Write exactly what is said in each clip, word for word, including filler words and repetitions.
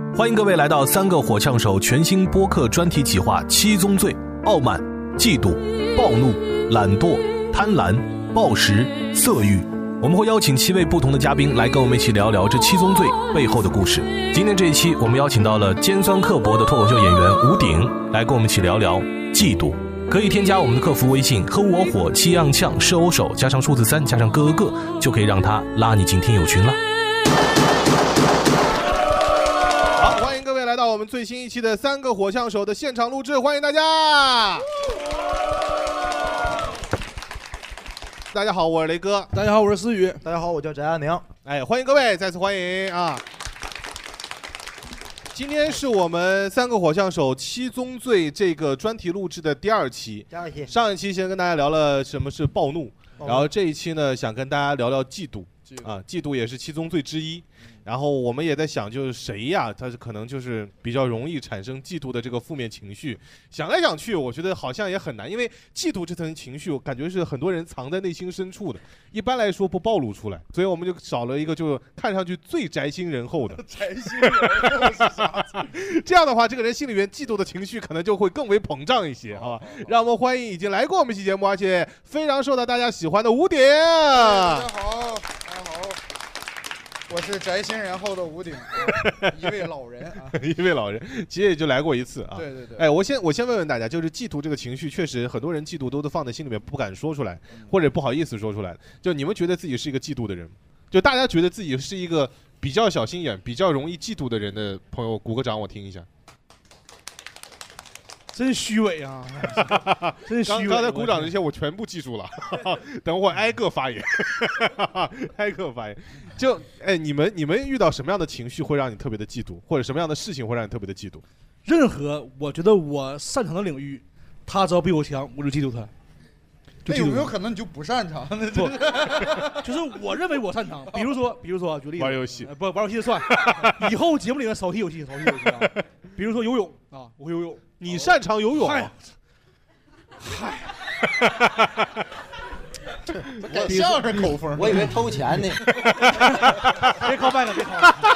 欢迎各位来到三个火枪手全新播客专题企划七宗罪：傲慢、嫉妒、暴怒、懒惰、贪婪、暴食、色欲。我们会邀请七位不同的嘉宾来跟我们一起聊聊这七宗罪背后的故事。今天这一期我们邀请到了尖酸刻薄的脱口秀演员吴鼎来跟我们一起聊聊嫉妒。可以添加我们的客服微信和我火气样呛射欧手加上数字三加上哥哥，就可以让他拉你进听友群了。 好，欢迎各位来到我们最新一期的三个火枪手的现场录制，欢迎大家。大家好，我是雷哥。 大家好，我是思雨。 大家好，我叫翟亚宁。 哎，欢迎各位，再次欢迎啊！今天是我们三个火枪手七宗罪这个专题录制的第二期。 第二期， 上一期先跟大家聊了什么是暴怒，然后这一期呢，想跟大家聊聊嫉妒啊，嫉妒也是七宗罪之一。然后我们也在想，就是谁呀？他是可能就是比较容易产生嫉妒的这个负面情绪。想来想去，我觉得好像也很难，因为嫉妒这层情绪，我感觉是很多人藏在内心深处的，一般来说不暴露出来，所以我们就找了一个就看上去最宅心仁厚的。 宅心仁厚是啥？ 这样的话，这个人心里面嫉妒的情绪可能就会更为膨胀一些，好吧？让我们欢迎已经来过我们期节目，而且非常受到大家喜欢的吴鼎。 大家好，大家好。我是宅心仁厚的吴鼎，一位老人啊， 一位老人，其实也就来过一次啊。 对对对。 哎，我先我先问问大家，就是嫉妒这个情绪，确实很多人嫉妒都是放在心里面不敢说出来，或者不好意思说出来。就你们觉得自己是一个嫉妒的人，就大家觉得自己是一个比较小心眼、比较容易嫉妒的人的朋友，鼓个掌，我听一下。 真虚伪啊！真虚伪。 刚刚才鼓掌这些我全部记住了，等会儿挨个发言，挨个发言。就哎，你们你们遇到什么样的情绪会让你特别的嫉妒，或者什么样的事情会让你特别的嫉妒？ 任何我觉得我擅长的领域，他只要比我强，我就嫉妒他。 那有没有可能你就不擅长？ 不，就是我认为我擅长。比如说，比如说举例子， 玩游戏， 呃、不玩游戏就算。以后节目里面少提游戏，少提游戏啊。比如说游泳啊，我会游泳。 你擅长游泳？ 嗨， 嗨，这相声口风， 我以为偷钱呢。 别靠麦克，别靠。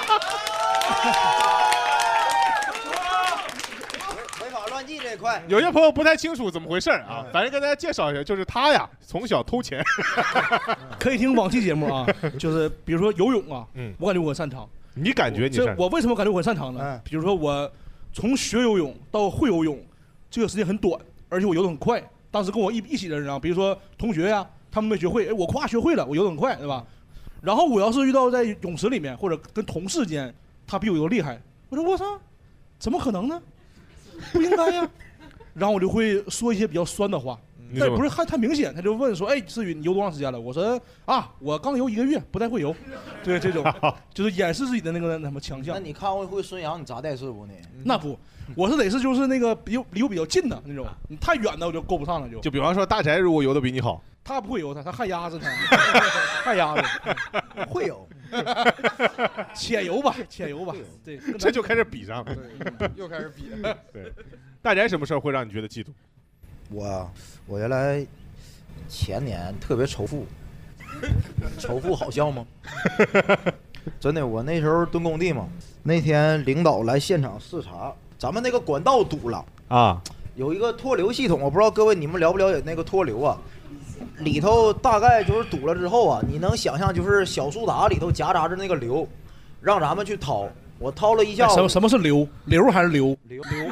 违法乱纪这一块， 有些朋友不太清楚怎么回事啊，反正跟大家介绍一下，就是他呀，从小偷钱。 可以听往期节目啊，就是比如说游泳啊，嗯，我感觉我很擅长。 你感觉你擅长？ 我为什么感觉我很擅长呢？嗯、比如说我。从学游泳到会游泳，这个时间很短，而且我游得很快。当时跟我一一起的人啊，比如说同学呀、啊，他们没学会，哎，我夸学会了，我游得很快，对吧？然后我要是遇到在泳池里面或者跟同事间，他比我游厉害，我说我操，怎么可能呢？不应该呀。然后我就会说一些比较酸的话，但不是太太明显，他就问说，哎，思雨，你游多长时间了？我说啊，我刚游一个月，不太会游。对，这种就是掩饰自己的那个什么强项。 那你看我会孙杨，你咋带师傅呢？ 那不，我是得是就是那个比离我比较近的那种，你太远的我就够不上了就。 就比方说大宅如果游的比你好， 他不会游，他他旱鸭子他，旱鸭子会游， 浅游吧，浅游吧。对， 这就开始比上了， 又开始比。 对，大宅什么事儿会让你觉得嫉妒？ 我我原来前年特别仇富，仇富好笑吗？真的，我那时候蹲工地嘛，那天领导来现场视察，咱们那个管道堵了啊， 有一个脱硫系统，我不知道各位你们了不了解那个脱硫啊？里头大概就是堵了之后啊，你能想象就是小苏打里头夹杂着那个硫，让咱们去掏。我掏了一下， 什么什么是硫？硫还是硫？ 硫硫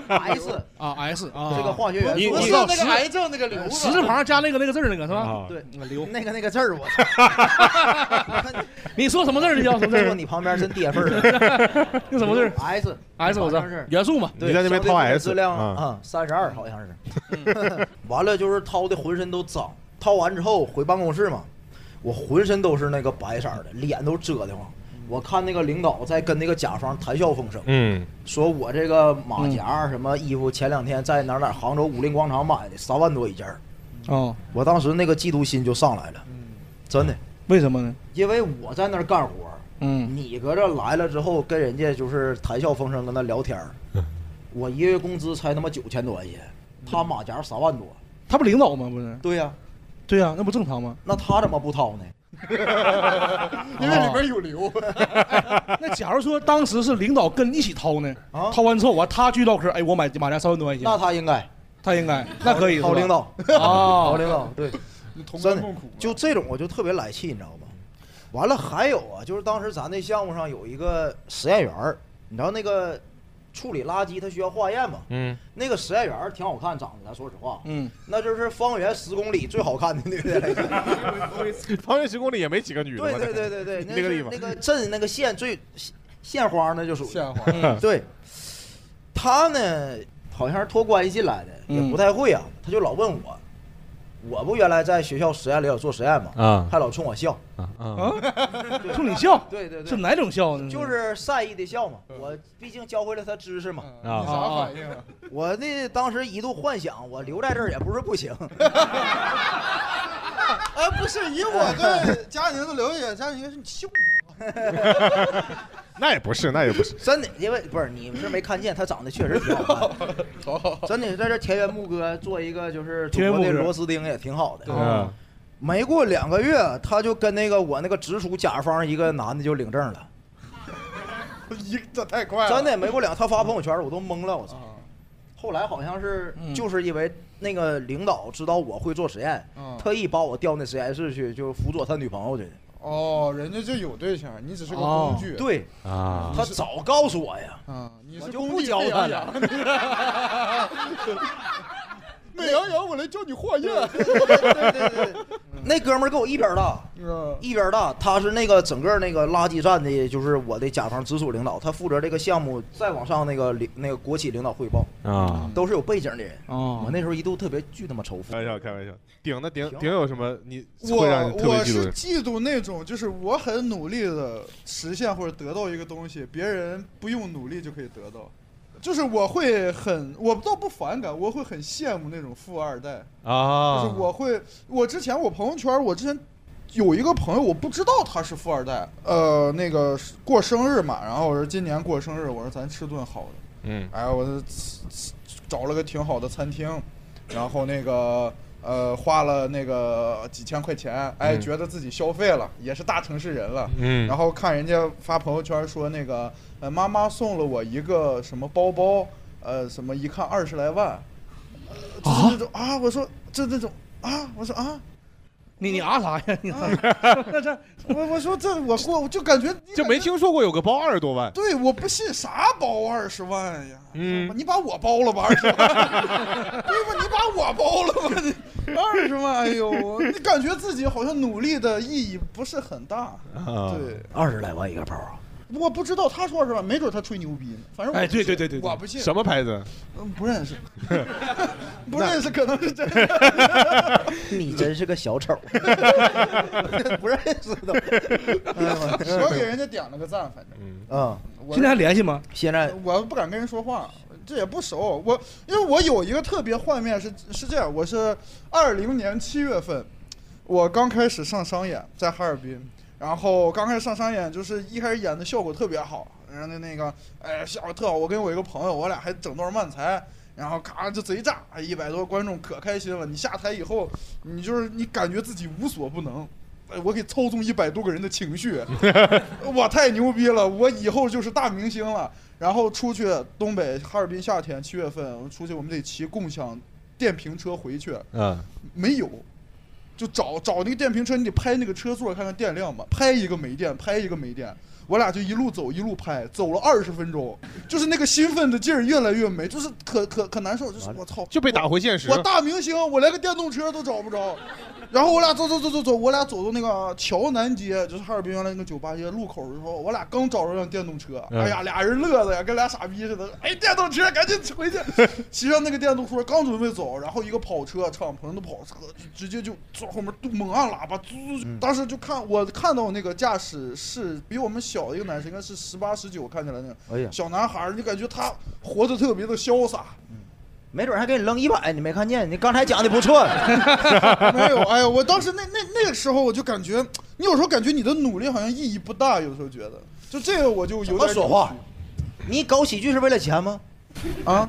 S 啊 S 啊， 这个化学元素。 不是那个癌症那个硫， 十字旁加那个那个字那个是吧？ 对， 硫那个那个字儿，我。 你说什么字儿？你叫什么字儿？ 你旁边真跌份儿。 那什么字儿 ？S S 我知道，元素嘛。 对， 你在那边掏 S， 质量啊，三十二好像是。完了就是掏的浑身都脏，掏完之后回办公室嘛，我浑身都是那个白色的，脸都遮得慌。我看那个领导在跟那个甲方谈笑风生，嗯，说我这个马甲什么衣服前两天在哪哪杭州武林广场买的，三万多一件儿，哦，我当时那个嫉妒心就上来了，嗯，真的， 为什么呢？ 因为我在那儿干活，嗯，你搁这来了之后跟人家就是谈笑风生跟他聊天，我一个月工资才他妈九千多块钱，他马甲三万多， 他不领导吗？不是？ 对呀、啊， 对呀、啊，那不正常吗？ 那他怎么不掏呢？ 因为里面有硫。 那假如说当时是领导跟你一起掏呢？ 啊， 掏完之后，完他去唠嗑，哎，我买马甲三万多块钱， 那他应该， 他应该，那可以， 好领导， 啊， 好领导，对， 同真的甘共苦。 就这种我就特别来气，你知道吧？完了还有啊，就是当时咱那项目上有一个实验员儿，你知道那个处理垃圾他需要化验嘛？ 嗯， 那个实验员儿挺好看，长得，咱说实话， 嗯， 那就是方圆十公里最好看的女的了。 方圆十公里也没几个女的。 对对对对对， 那个地方那个镇那个县最县花那就属于鲜花。 嗯对。他呢好像是托关系进来的，也嗯不太会啊，他就老问我，我不原来在学校实验里有做实验嘛， 啊还老冲我笑， 啊啊！ 啊，冲你笑， 对对对， 是哪种笑呢？ 就是善意的笑嘛。我毕竟教会了他知识嘛。 你啥反应啊？ 我那当时一度幻想，我留在这儿也不是不行。 哎，不是，以我对佳宁的了解，佳宁是你秀那也不是，那也不是。 真的，因为不是你是没看见，他长得确实挺好看的。真的，在这田园牧歌做一个就是中国的螺丝钉也挺好的。 嗯， 没过两个月，他就跟那个我那个直属甲方一个男的就领证了。 一这太快了。 真的，没过两，他发朋友圈我都懵了，我操。 啊后来好像是嗯就是因为那个领导知道我会做实验， 嗯特意把我调那实验室去，就辅佐他女朋友去的。 哦，人家就有对象，你只是个工具。 对啊， 他早告诉我呀。 啊，你我是就不教工地沸他羊了羊。美羊羊，我来教你化验。 对对对对对，那哥们儿跟我一边大， 嗯一边大，他是那个整个那个垃圾站的，就是我的甲方直属领导，他负责这个项目，再往上那个领那个国企领导汇报， 啊， 都是有背景的人。 哦我那时候一度特别巨他妈仇富开。玩笑，开玩笑。顶的顶挺顶有什么你会让我你特别我是嫉妒的？ 嫉妒那种，就是我很努力的实现或者得到一个东西，别人不用努力就可以得到。就是我会很，我倒不反感，我会很羡慕那种富二代。 啊， 就是我会，我之前我朋友圈，我之前有一个朋友，我不知道他是富二代。呃，那个过生日嘛，然后我说今年过生日，我说咱吃顿好的。 嗯， 哎，我就找了个挺好的餐厅，然后那个呃花了那个几千块钱，哎， 嗯觉得自己消费了，也是大城市人了。 嗯， 然后看人家发朋友圈说那个呃妈妈送了我一个什么包包，呃什么一看二十来万，呃就是那种啊，我说这这种啊，我说啊， 你你啊啥呀？你啊那这我我说这我过我就感觉就没听说过有个包二十多万。 对，我不信啥包二十万呀？ 嗯， 你把我包了吧二十万，对吧？你把我包了吧？你二十万，哎呦，你感觉自己好像努力的意义不是很大。 啊， 对， 二十来万一个包啊！ 我不知道他说二十万，没准他吹牛逼呢。反正我哎不信对对对对对我不信。 什么牌子？ 嗯，不认识，不认识，可能是真的。 你真是个小丑，不认识的。 我给人家点了个赞，反正。 嗯嗯， 我现在还联系吗？ 现在我不敢跟人说话，这也不熟。我因为我有一个特别幻面是是这样，我是二零年七月份，我刚开始上商演，在哈尔滨，然后刚开始上商演，就是一开始演的效果特别好，然后那那个哎效果特好，我跟我一个朋友，我俩还整段慢才。然后咔就贼炸，一百多观众可开心了。你下台以后，你就是你感觉自己无所不能，哎，我可以操纵一百多个人的情绪，我太牛逼了，我以后就是大明星了。然后出去东北哈尔滨夏天七月份，我出去我们得骑共享电瓶车回去， 嗯， 没有，就找找那个电瓶车，你得拍那个车座看看电量嘛，拍一个没电，拍一个没电。我俩就一路走一路拍，走了二十分钟，就是那个兴奋的劲儿越来越没，就是可可可难受，就是我操， 就被打回现实。 我大明星，我连个电动车都找不着。然后我俩走走走走走，我俩走到那个桥南街，就是哈尔滨原来那个酒吧街路口的时候，我俩刚找着辆电动车， 嗯、 哎呀，俩人乐的呀，跟俩傻逼似的。哎，电动车，赶紧回去！骑上那个电动车，刚准备走，然后一个跑车，敞篷的跑车，直接就坐后面猛按喇叭， 嗯、 当时就看我看到那个驾驶是比我们小一个男生，应该是十八十九，看起来那个、 哎呀小男孩，你感觉他活得特别的潇洒。 嗯没准还给你扔一百，你没看见？你刚才讲的不错。 没有，哎呀，我当时那那那个时候我就感觉，你有时候感觉你的努力好像意义不大，有时候觉得，就这个我就有点说话。你搞喜剧是为了钱吗？ 啊？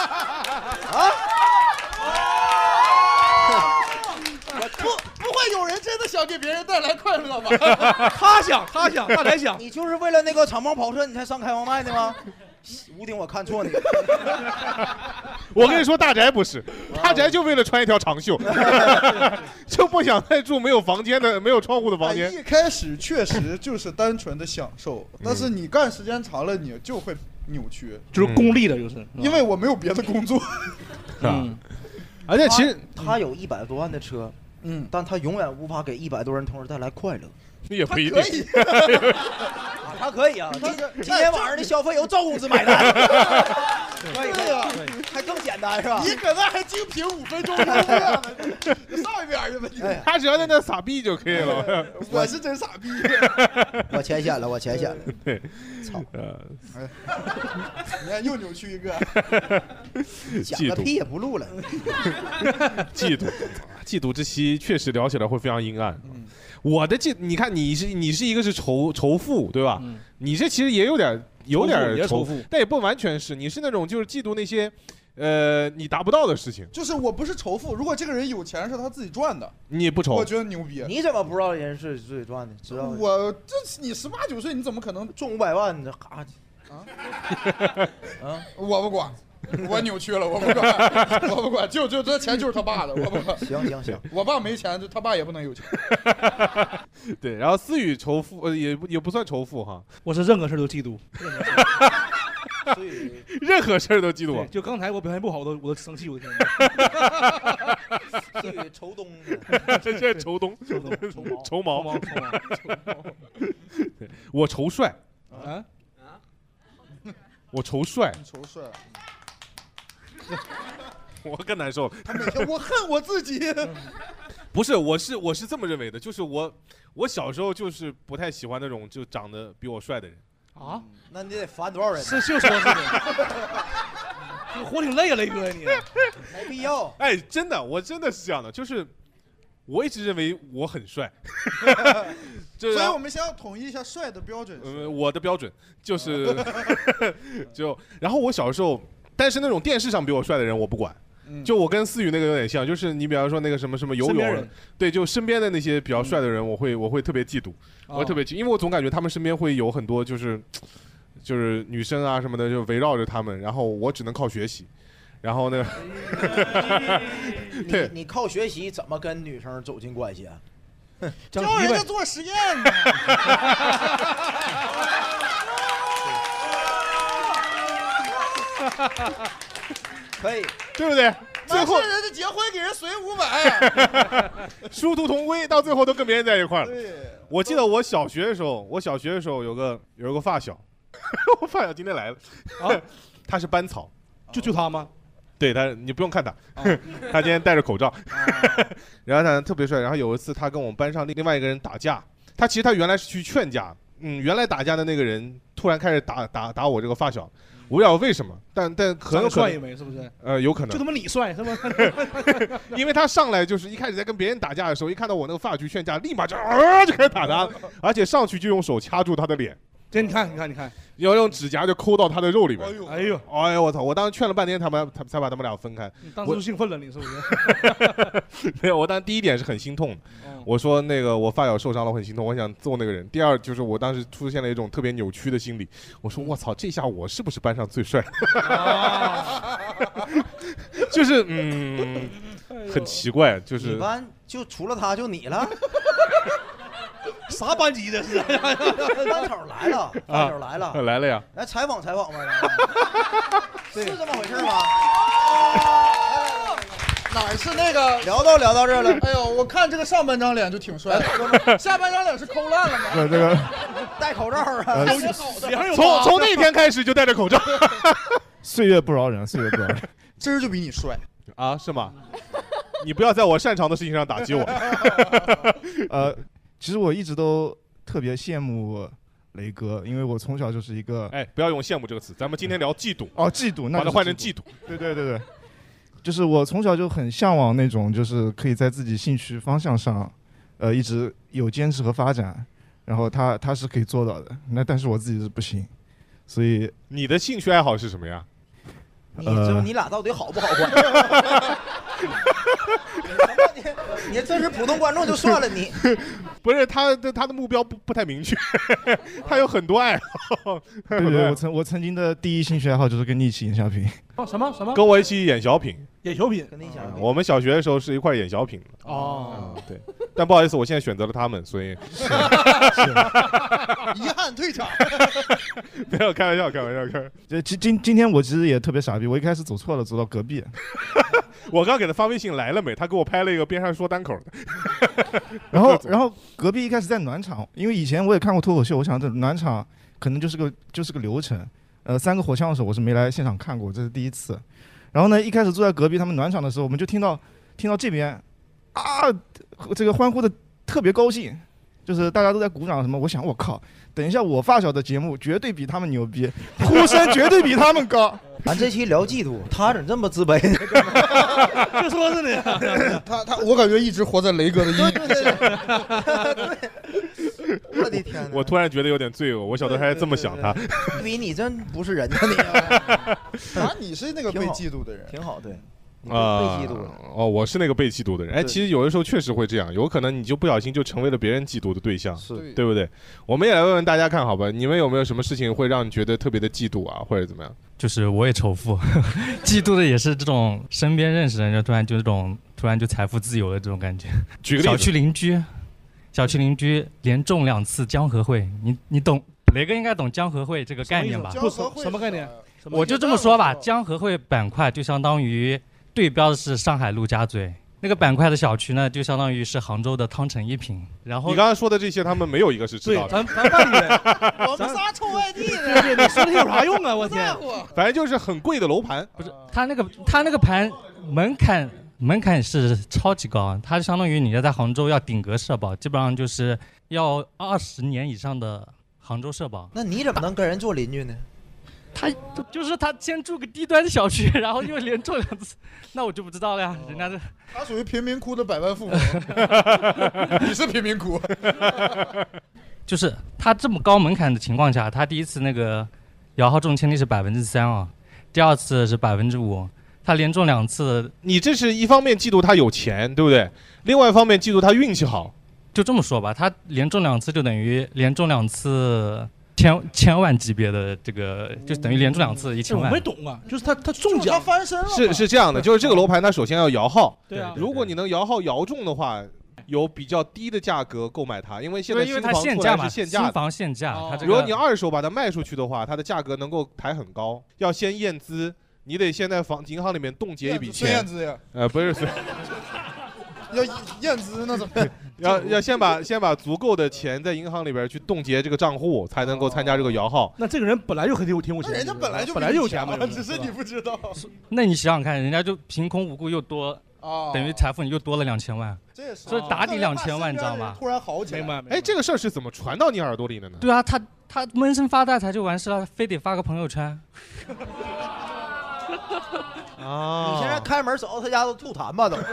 啊？不不会有人的想给别人带来快乐吗？ 他想，他想，大宅想， 你就是为了那个敞篷跑车你才上开放麦的吗？吴鼎，我看错你了。 我跟你说，大宅不是，大宅就为了穿一条长袖，就不想再住没有房间的、没有窗户的房间。 一开始确实就是单纯的享受，但是你干时间长了，你就会扭曲， 就是功利的，就是因为我没有别的工作。 嗯，而且其实他有一百多万的车， 嗯， 但他永远无法给一百多人同时带来快乐。 也不一定。可以啊，他可以啊！今今天晚上的消费由赵公子买单。可以可以，还更简单是吧？ 你搁那还精品五分钟优惠呢，上一边去吧你。 他只要在那傻逼就可以了。 我是真傻逼。 我浅显了，我浅显了。 对， 操！ 你看又扭曲一个。 讲个屁也不录了。 嫉妒，嫉妒之期确实聊起来会非常阴暗。我的嫉，你看你是你是一个是仇仇富对吧？ 嗯、 你这其实也有点有点仇富， 但也不完全是。你是那种就是嫉妒那些，呃，你达不到的事情。 就是我不是仇富，如果这个人有钱是他自己赚的， 你也不仇。 我觉得牛逼。 你怎么不知道人是自己赚的？知道？ 我这你十八九岁，你怎么可能中五百万？你这哈啊啊！我不管。我扭曲了，我不管，我不管，就就这钱就是他爸的，我不管。 行行行， 我爸没钱，他爸也不能有钱。 对，然后思雨仇富，呃，也也不算仇富哈。 我是任何事都嫉妒， 任何事都嫉妒。 就刚才我表现不好，我都我都生气，我天！ 思雨仇东， 这是仇东， 仇东， 仇毛， 仇毛，仇毛。 对，我仇帅啊啊！我仇帅， 仇帅。 我更难受。 他每天我恨我自己。 不是，我是我是这么认为的，就是我我小时候就是不太喜欢那种就长得比我帅的人啊。 那你得烦多少人？ 是就说是你，活挺累啊，雷哥你。 没必要。 哎，真的，我真的是这样的，就是我一直认为我很帅。 所以我们先要统一一下帅的标准。 呃，我的标准就是就，然后我小时候。但是那种电视上比我帅的人我不管，嗯、就我跟思雨那个有点像，就是你比方说那个什么什么游泳，对，就身边的那些比较帅的人，我会我会特别嫉妒，嗯、我会特别嫉，因为我总感觉他们身边会有很多就是就是女生啊什么的就围绕着他们，然后我只能靠学习，然后呢， 对，你靠学习怎么跟女生走进关系啊？ 教人家做实验呢。 可以， 对不对？最后人家结婚给人随五百， 殊途同归，到最后都跟别人在一块儿了。 对， 我记得我小学的时候，我小学的时候有个有个发小，我发小今天来了，啊，他是班草， 就就他吗？ 对他，你不用看他，啊、他今天戴着口罩，啊、然后他特别帅。然后有一次他跟我们班上另外一个人打架，他其实他原来是去劝架，嗯，原来打架的那个人突然开始打打打我这个发小。我不知道为什么，但但很有可能帅一枚是不是？ 呃，有可能。 就他妈你帅是吗？ 因为他上来就是一开始在跟别人打架的时候，一看到我那个发局劝架，立马就啊就开始打他，而且上去就用手掐住他的脸。 这你看，你看，你看， 要用指甲就抠到他的肉里边。 哎呦，哎呦， 哎呦，我操！我当时劝了半天，他们他才把他们俩分开。 你当时就兴奋了，你是不是？ 没有，我当时第一点是很心痛的。嗯、我说那个我发小受伤了，我很心痛，我想揍那个人。第二就是我当时出现了一种特别扭曲的心理，我说我操，这下我是不是班上最帅？就是嗯，很奇怪，就是你班就除了他就你了。 啥班级这是？ 班草来了，班草来了， 啊、来了呀！ 来采访采访吧，是这么回事吗？ 哪是那个？ 聊到聊到这了。 哎呦，我看这个上半张脸就挺帅的，下半张脸是抠烂了吗？ 对，这个戴口罩啊， 从从那天开始就戴着口罩。 岁月不饶人，岁月不饶人。 今儿就比你帅啊？是吗？你不要在我擅长的事情上打击我。 呃。其实我一直都特别羡慕雷哥，因为我从小就是一个…… 哎，不要用羡慕这个词，咱们今天聊嫉妒。 哦，嫉妒，那把它换成嫉妒。 对对对对，就是我从小就很向往那种，就是可以在自己兴趣方向上，呃，一直有坚持和发展。然后他他是可以做到的，那但是我自己是不行，所以你的兴趣爱好是什么呀？ 你这你俩到底好不好管？ 你你这是普通观众就算了，你不是他的他的目标不不太明确，他有很多爱好。 对对对，我曾我曾经的第一兴趣爱好就是跟你一起演小品。 哦，什么什么？ 跟我一起演小品。 演小品， 跟你讲， 我们小学的时候是一块演小品的。 哦， 嗯，对。但不好意思，我现在选择了他们，所以遗憾退场。 没有开玩笑，开玩笑，开玩笑。 就今今今天我其实也特别傻逼，我一开始走错了，走到隔壁。 我刚给他发微信来了没？他给我拍了一个边上说单口的。 然后然后隔壁一开始在暖场，因为以前我也看过脱口秀，我想这暖场可能就是个就是个流程。呃，三个火枪手我是没来现场看过，这是第一次。然后呢，一开始坐在隔壁，他们暖场的时候，我们就听到听到这边啊，这个欢呼的特别高兴，就是大家都在鼓掌什么。我想，我靠，等一下我发小的节目绝对比他们牛逼，呼声绝对比他们高。 咱这期聊嫉妒，他怎么这么自卑呢？ 就说是呢， 他他，我感觉一直活在雷哥的阴影对。我的天哪！ 我突然觉得有点罪恶，我小时候还这么想他。 比你真不是人呢，你。 啊，你是那个被嫉妒的人， 挺好，对。 啊、 被嫉妒了哦，我是那个被嫉妒的人。哎，其实有的时候确实会这样，有可能你就不小心就成为了别人嫉妒的对象， 是对不对？我们也来问问大家看好吧，你们有没有什么事情会让你觉得特别的嫉妒啊，或者怎么样？ 就是我也仇富，嫉妒的也是这种身边认识的人，就突然就这种突然就财富自由的这种感觉。 举个例子， 小区邻居，小区邻居连中两次江河会，你你懂？雷哥应该懂江河会这个概念吧？ 江河会什么概念？ 我就这么说吧，江河会板块就相当于对标的是上海陆家嘴。那个板块的小区呢，就相当于是杭州的汤臣一品。然后你刚才说的这些，他们没有一个是知道的。 咱咱外地人， 我们仨臭外地的，对，你说这有啥用啊？我天， 反正就是很贵的楼盘。 不是，他那个他那个盘门槛门槛是超级高，它相当于你要在杭州要顶格社保，基本上就是要二十年以上的杭州社保。 那你怎么能跟人做邻居呢？ 他就是他先住个低端的小区，然后又连中两次，那我就不知道了呀。人家这他属于贫民窟的百万富翁，你是贫民窟。 就是他这么高门槛的情况下，他第一次那个摇号中签率是百分之三啊，第二次是百分之五，他连中两次。 你这是一方面嫉妒他有钱，对不对？另外一方面嫉妒他运气好。 就这么说吧，他连中两次就等于连中两次。千千万级别的这个，就等于连中两次一千万。 我没懂啊，就是他他中奖， 他翻身了。 是是这样的，就是这个楼盘它首先要摇号。 对啊， 如果你能摇号摇中的话，有比较低的价格购买它，因为现在新房出来是限价， 新房限价。它这个如果你二手把它卖出去的话，它的价格能够抬很高。要先验资，你得先在房银行里面冻结一笔钱。 验资呀？ 呃，不是。 要验资那怎么？ 要要先把先把足够的钱在银行里边去冻结这个账户，才能够参加这个摇号。 那这个人本来就很有挺有钱， 人家本来就本来就有钱嘛， 只是你不知道。 那你想想看，人家就凭空无故又多，等于财富你又多了两千万，所以打底两千万，你知道吗？ 突然好起来。 哎，这个事儿是怎么传到你耳朵里的呢？ 对啊，他他闷声发大财就完事了，非得发个朋友圈。 啊！ 你现在开门走他家都吐痰吧都。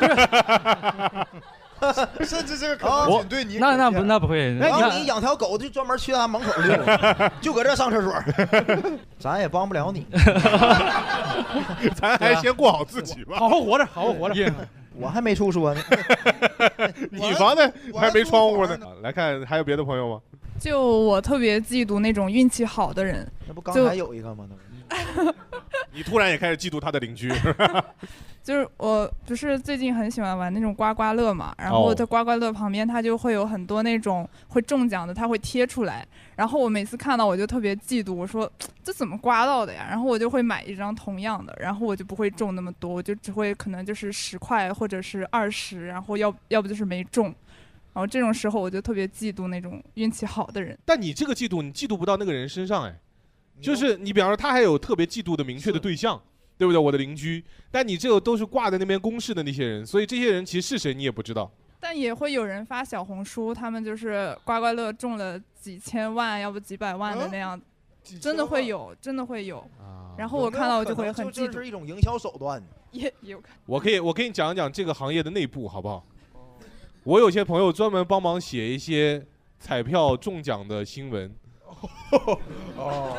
甚至这个可能仅对你。 那那不那不会。 然后你养条狗就专门去他门口溜，就搁这上厕所，咱也帮不了你。 咱还先过好自己吧， 好好活着，好好活着。 我还没处说呢。 你房子还没窗户呢。来看还有别的朋友吗？ 就我特别嫉妒那种运气好的人。 那不刚才有一个吗？ 你突然也开始嫉妒他的邻居。 就是我不是最近很喜欢玩那种刮刮乐嘛，然后在刮刮乐旁边它就会有很多那种会中奖的，它会贴出来，然后我每次看到我就特别嫉妒，我说这怎么刮到的呀？然后我就会买一张同样的，然后我就不会中那么多，我就只会可能就是十块或者是二十，然后要要不就是没中，然后这种时候我就特别嫉妒那种运气好的人。 但你这个嫉妒，你嫉妒不到那个人身上，哎，就是你比方说他还有特别嫉妒的明确的对象。对不对？我的邻居，但你这个都是挂在那边公示的那些人，所以这些人其实是谁你也不知道。 但也会有人发小红书，他们就是刮刮乐中了几千万，要不几百万的那样，嗯、真的会有，真的会有。啊、然后我看到我就会很嫉妒。 这是一种营销手段。 也有可能。 我可以，我给你讲一讲这个行业的内部，好不好？我有些朋友专门帮忙写一些彩票中奖的新闻。哦。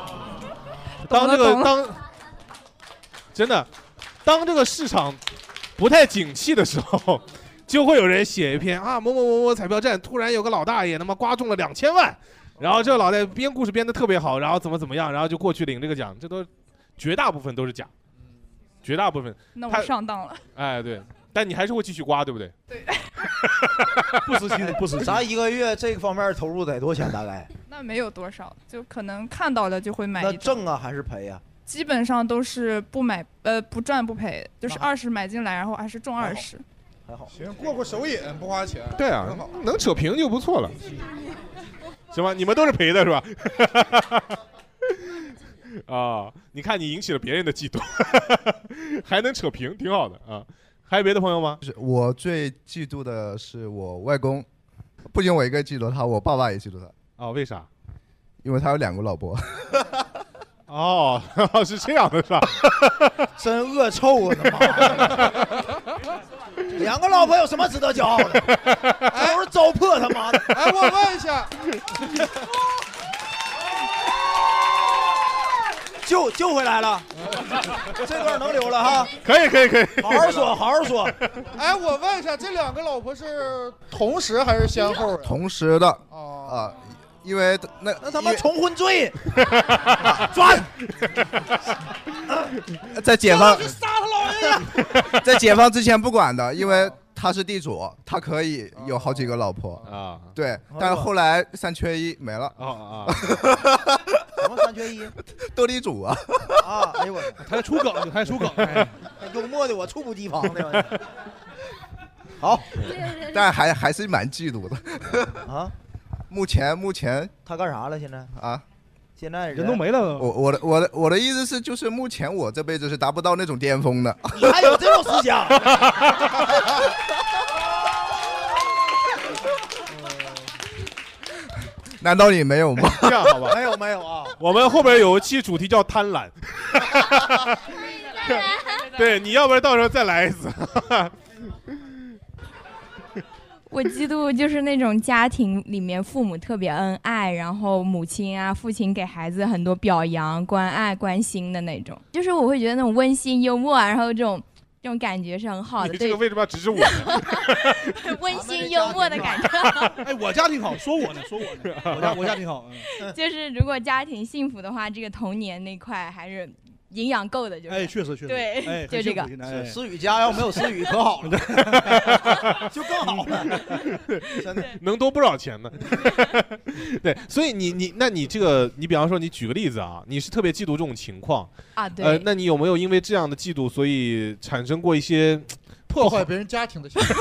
当这个当。真的，当这个市场， 不太景气的时候，就会有人写一篇啊某某某某彩票站突然有个老大爷他妈刮中了两千万，然后这个老大爷编故事编得特别好，然后怎么怎么样，然后就过去领这个奖，这都绝大部分都是假，绝大部分。 那我上当了。 哎，对。但你还是会继续刮，对不对？ 对， 不死心，不死心。 咱一个月这个方面投入得多少钱？大概？ 那没有多少，就可能看到了就会买一张。 那挣啊还是赔啊？ 基本上都是不买，呃，不赚不赔，就是二十买进来，然后还是中二十。 还好。 行，过过手瘾不花钱。 对啊，能扯平就不错了。行吧，你们都是赔的是吧？啊，你看你引起了别人的嫉妒，还能扯平，挺好的啊。还有别的朋友吗？ 就是我最嫉妒的是我外公，不仅我一个嫉妒他，我爸爸也嫉妒他。 哦，为啥？ 因为他有两个老婆。 哦，是这样的，是吧？ 真恶臭啊！他妈，两个老婆有什么值得骄傲的？都是糟粕，他妈的！ 哎，我问一下。 救救回来了，这段能留了哈。 可以可以可以， 好好说，好好说。 哎，我问一下，这两个老婆是同时还是先后？ 同时的啊，因为那那他妈重婚罪，转。 在解放去杀他老爷爷。 在解放之前不管的，因为他是地主，他可以有好几个老婆啊。 对，但是后来三缺一没了。 啊啊。 什么三缺一？ 斗地主啊！ 啊！哎呦我， 他在出梗，他在出梗，哎、 幽默的我猝不及防的。好， 但还还是蛮嫉妒的啊。 目前目前他干啥了？现在啊？ 现在人都没了。 我我的我的我的意思是，就是目前我这辈子是达不到那种巅峰的。 你还有这种思想？ 难道你没有吗？ 这样好吧？ 没有没有啊， 我们后边有一期主题叫贪婪。对，你要不然到时候再来一次。 我嫉妒就是那种家庭里面父母特别恩爱，然后母亲啊父亲给孩子很多表扬关爱关心的那种，就是我会觉得那种温馨幽默啊，然后这种这种感觉是很好的。 你这个为什么要指指我呢？温馨幽默的感觉。 哎，我家挺好，说我呢，说我呢，我家我家挺好。 嗯、就是如果家庭幸福的话，这个童年那块还是营养够的，就是。 哎，确实确实。 对， 哎、 就这个。 哎、 思雨家要没有思雨可好了，就更好了。 真的能多不少钱呢？对，所以你你那你这个，你比方说你举个例子啊，你是特别嫉妒这种情况啊？对。 呃，那你有没有因为这样的嫉妒，所以产生过一些破坏别人家庭的行为？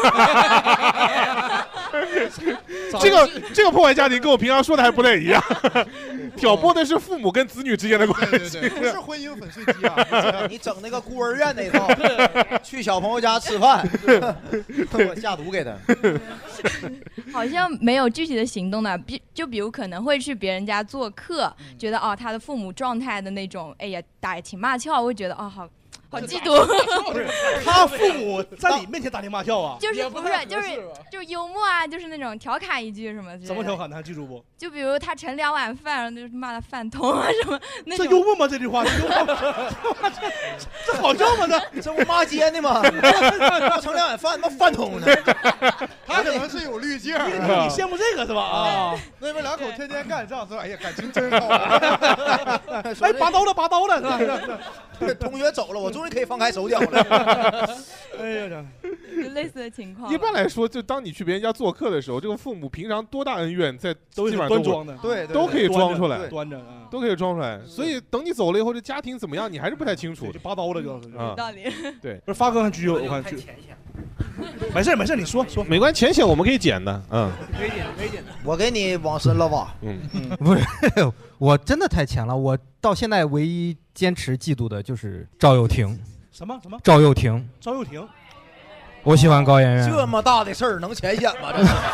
这个这个破坏家庭跟我平常说的还不太一样，挑拨的是父母跟子女之间的关系， 不是婚姻粉碎机啊！ 你整那个孤儿院那一套，去小朋友家吃饭，我下毒给他。 好像没有具体的行动的，比就比如可能会去别人家做客，觉得哦他的父母状态的那种，哎呀打情骂俏，我会觉得哦好。好嫉妒！ 不是他父母在你面前打情骂俏啊？ 就是不是就是就是幽默啊，就是那种调侃一句什么。 怎么调侃他？记住不？ 就比如他盛两碗饭，然后就是骂他饭桶啊什么。 这幽默吗？这句话？这幽默吗？这好笑吗？这这不骂街呢吗？盛两碗饭，他妈饭桶呢？ 他可能是有滤镜。 你你羡慕这个是吧？啊， 那边两口天天干仗，说哎呀感情真好。 哎，拔刀了，拔刀了是吧？ 同学走了，我终于可以放开手脚了。 哎呀， 类似的情况。 一般来说，就当你去别人家做客的时候，这个父母平常多大恩怨，在都基本上端庄的， 对， 都可以装出来， 端着， 都可以装出来。所以等你走了以后，这家庭怎么样，你还是不太清楚。 就拔刀了，就有道理。 对， 不是发哥还拘我看拘。没事没事，你说说。 没关系，浅显我们可以剪的，嗯。 可以剪，可以剪的。我给你往深了挖。 嗯嗯，不是，我真的太浅了。我到现在唯一坚持嫉妒的就是赵又廷。 什么什么？ 赵又廷。 赵又廷。 我喜欢高圆圆。 这么大的事儿能浅显吗？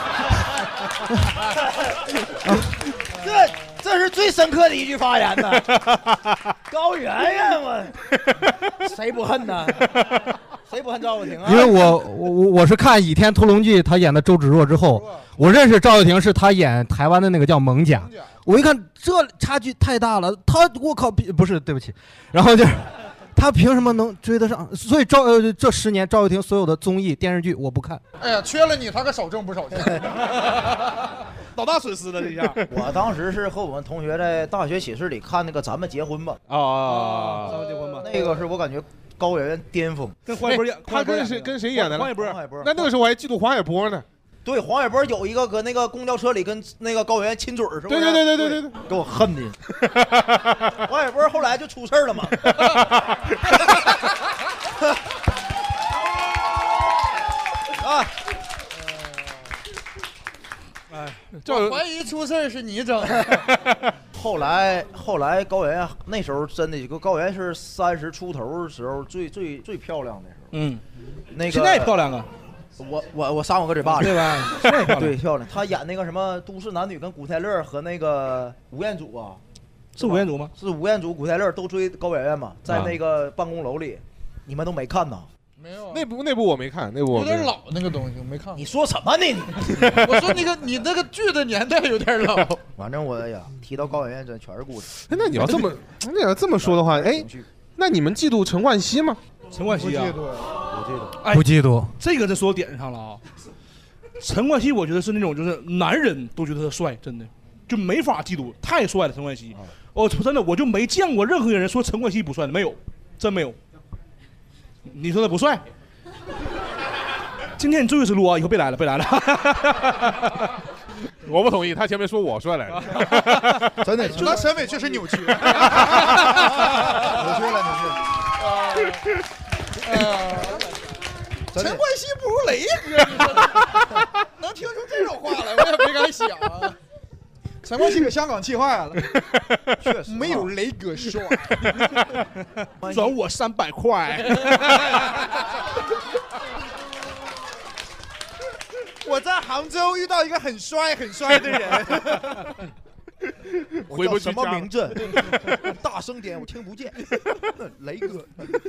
这这这是最深刻的一句发言呢。高圆圆，我谁不恨呢？谁不恨赵又廷啊？ 因为我我我是看《倚天屠龙记》他演的周芷若之后，我认识赵又廷是他演台湾的那个叫《猛甲》，我一看这差距太大了，他我靠不是对不起，然后就他凭什么能追得上？所以赵呃这十年赵又廷所有的综艺电视剧我不看。 哎呀，缺了你他可少挣不少钱， 老大损失了这一下。 我当时是和我们同学在大学寝室里看那个《咱们结婚吧》 啊， 咱们结婚吧， 那个是我感觉高圆圆巅峰， 跟黄海波演， 他跟谁跟谁演的？ 黄海波， 黄海波。 那那个时候我还嫉妒黄海波呢。 对，黄海波有一个搁那个公交车里跟那个高圆圆亲嘴儿，是不是？ 对对对对对对， 给我恨的。黄海波后来就出事儿了嘛。啊。 哎，我怀疑出事儿是你整的。后来后来高圆圆那时候真的，高圆圆是三十出头的时候最最最漂亮的时候。 嗯， 那个现在也漂亮啊。 我我我扇我个嘴巴子， 对吧？现在漂亮， 对漂亮。她演那个什么《都市男女》，跟古天乐和那个吴彦祖啊， 是吴彦祖吗？ 是吴彦祖、古天乐都追高圆圆嘛，在那个办公楼里，你们都没看呐？ 没有， 那部那部我没看，那部我有点老那个东西，我没看。 你说什么呢？你我说那个你那个剧的年代有点老。 反正我呀，提到高圆圆真全是故事。 那你要这么，那你要这么说的话，哎，那你们嫉妒陈冠希吗？ 陈冠希啊， 不嫉妒， 哎， 不嫉妒。 这个这说到点上了啊。陈冠希，我觉得是那种就是男人都觉得他帅，真的就没法嫉妒，太帅了。陈冠希，哦，真的我就没见过任何人说陈冠希不帅的，没有，真没有。你说他不帅？今天你最后一次录啊，以后别来了，别来了。 我不同意，他前面说我帅来着。 真的，那审美确实扭曲。扭曲了，扭曲了。呃，陈冠希不如雷哥，你说能听出这种话来，我也没敢想啊。陈冠希给香港气坏了， 确实没有雷哥帅。 转我三百块。 我在杭州遇到一个很帅很帅的人， 回不去什么名字？大声点，我听不见。雷哥。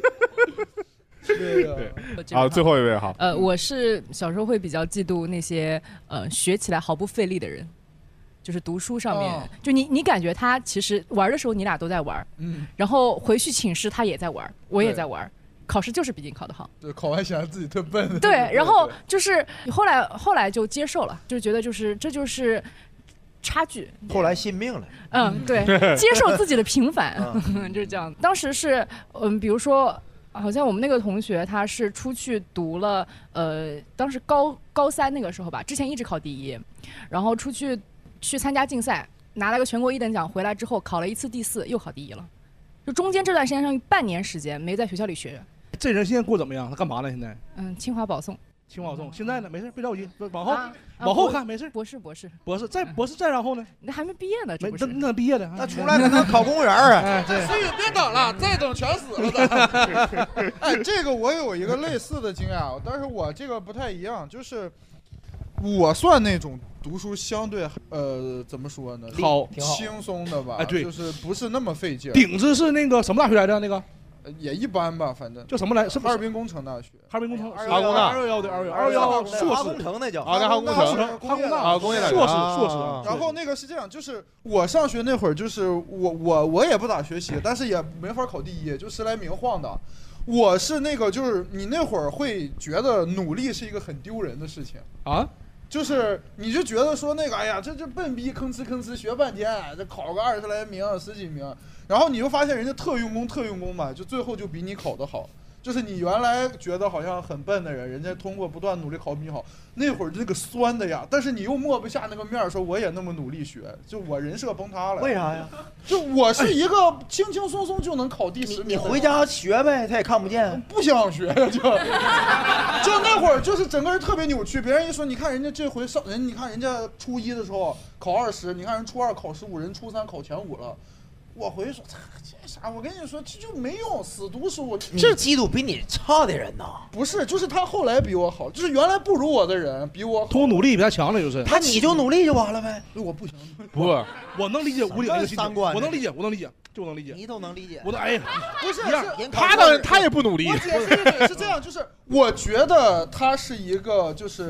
对啊，最后一位好。 呃，我是小时候会比较嫉妒那些呃学起来毫不费力的人，就是读书上面，哦、就你你感觉他其实玩的时候你俩都在玩，嗯，然后回去寝室他也在玩，我也在玩。考试就是比你考得好， 对，考完显得自己特笨。 对，然后就是后来后来就接受了，就觉得就是这就是差距。 后来信命了。 嗯，对，接受自己的平凡，嗯、就是这样。当时是嗯，比如说，好像我们那个同学他是出去读了，呃，当时高高三那个时候吧，之前一直考第一，然后出去去参加竞赛，拿了个全国一等奖，回来之后考了一次第四，又考第一了。就中间这段时间上半年时间没在学校里学。 这人现在过怎么样？他干嘛呢？现在？ 嗯，清华保送。 清华保送，现在呢？没事，别着急，往后，啊、往后看，没事。 博士，博士， 博士，再博士，再然后呢？ 那还没毕业呢， 没，那那毕业的， 那出来可能考公务员啊。 哎，所以别等了，再等全死了的。哎，这个我有一个类似的经验，但是我这个不太一样，就是我算那种读书相对呃怎么说呢？ 好， 轻松的吧？ 哎，对， 就是不是那么费劲。 顶子是那个什么大学来着？那个？ 也一般吧，反正叫什么来？是哈尔滨工程大学。 哈尔滨工程， 哈工大， 二幺幺对二幺二幺硕士， 哈工程那叫。 啊，那哈工程， 哈工大， 啊，工业大学， 硕士，硕士。 然后那个是这样，就是我上学那会儿，就是我我我也不咋学习，但是也没法考第一，就十来名晃的。我是那个，就是你那会儿会觉得努力是一个很丢人的事情啊。 就是你就觉得说那个，哎呀，这这笨逼吭哧吭哧学半天，这考个二十来名、十几名，然后你就发现人家特用功、特用功嘛，就最后就比你考得好。就是你原来觉得好像很笨的人，人家通过不断努力考比你好，那会儿这个酸的呀，但是你又抹不下那个面，说我也那么努力学，就我人设崩塌了。 为啥呀？ 就我是一个轻轻松松就能考第十名， 你回家学呗，他也看不见， 不想学就就那会儿就是整个人特别扭曲。别人一说，你看人家这回上人，你看人家初一的时候考二十，你看人初二考十五，人初三考前五了。我回去说这啥？我跟你说，这就没用，死读书。 这嫉妒比你差的人呐？ 不是，就是他后来比我好，就是原来不如我的人比我好。 多努力比他强了，就是。 那你就努力就完了呗。 我不行。 不，我能理解吴岭那个心情，我能理解，我能理解，这我能理解。 你都能理解。 我的哎呀， 不是， 是他的他也不努力。 我解释一点是这样，就是我觉得他是一个就是。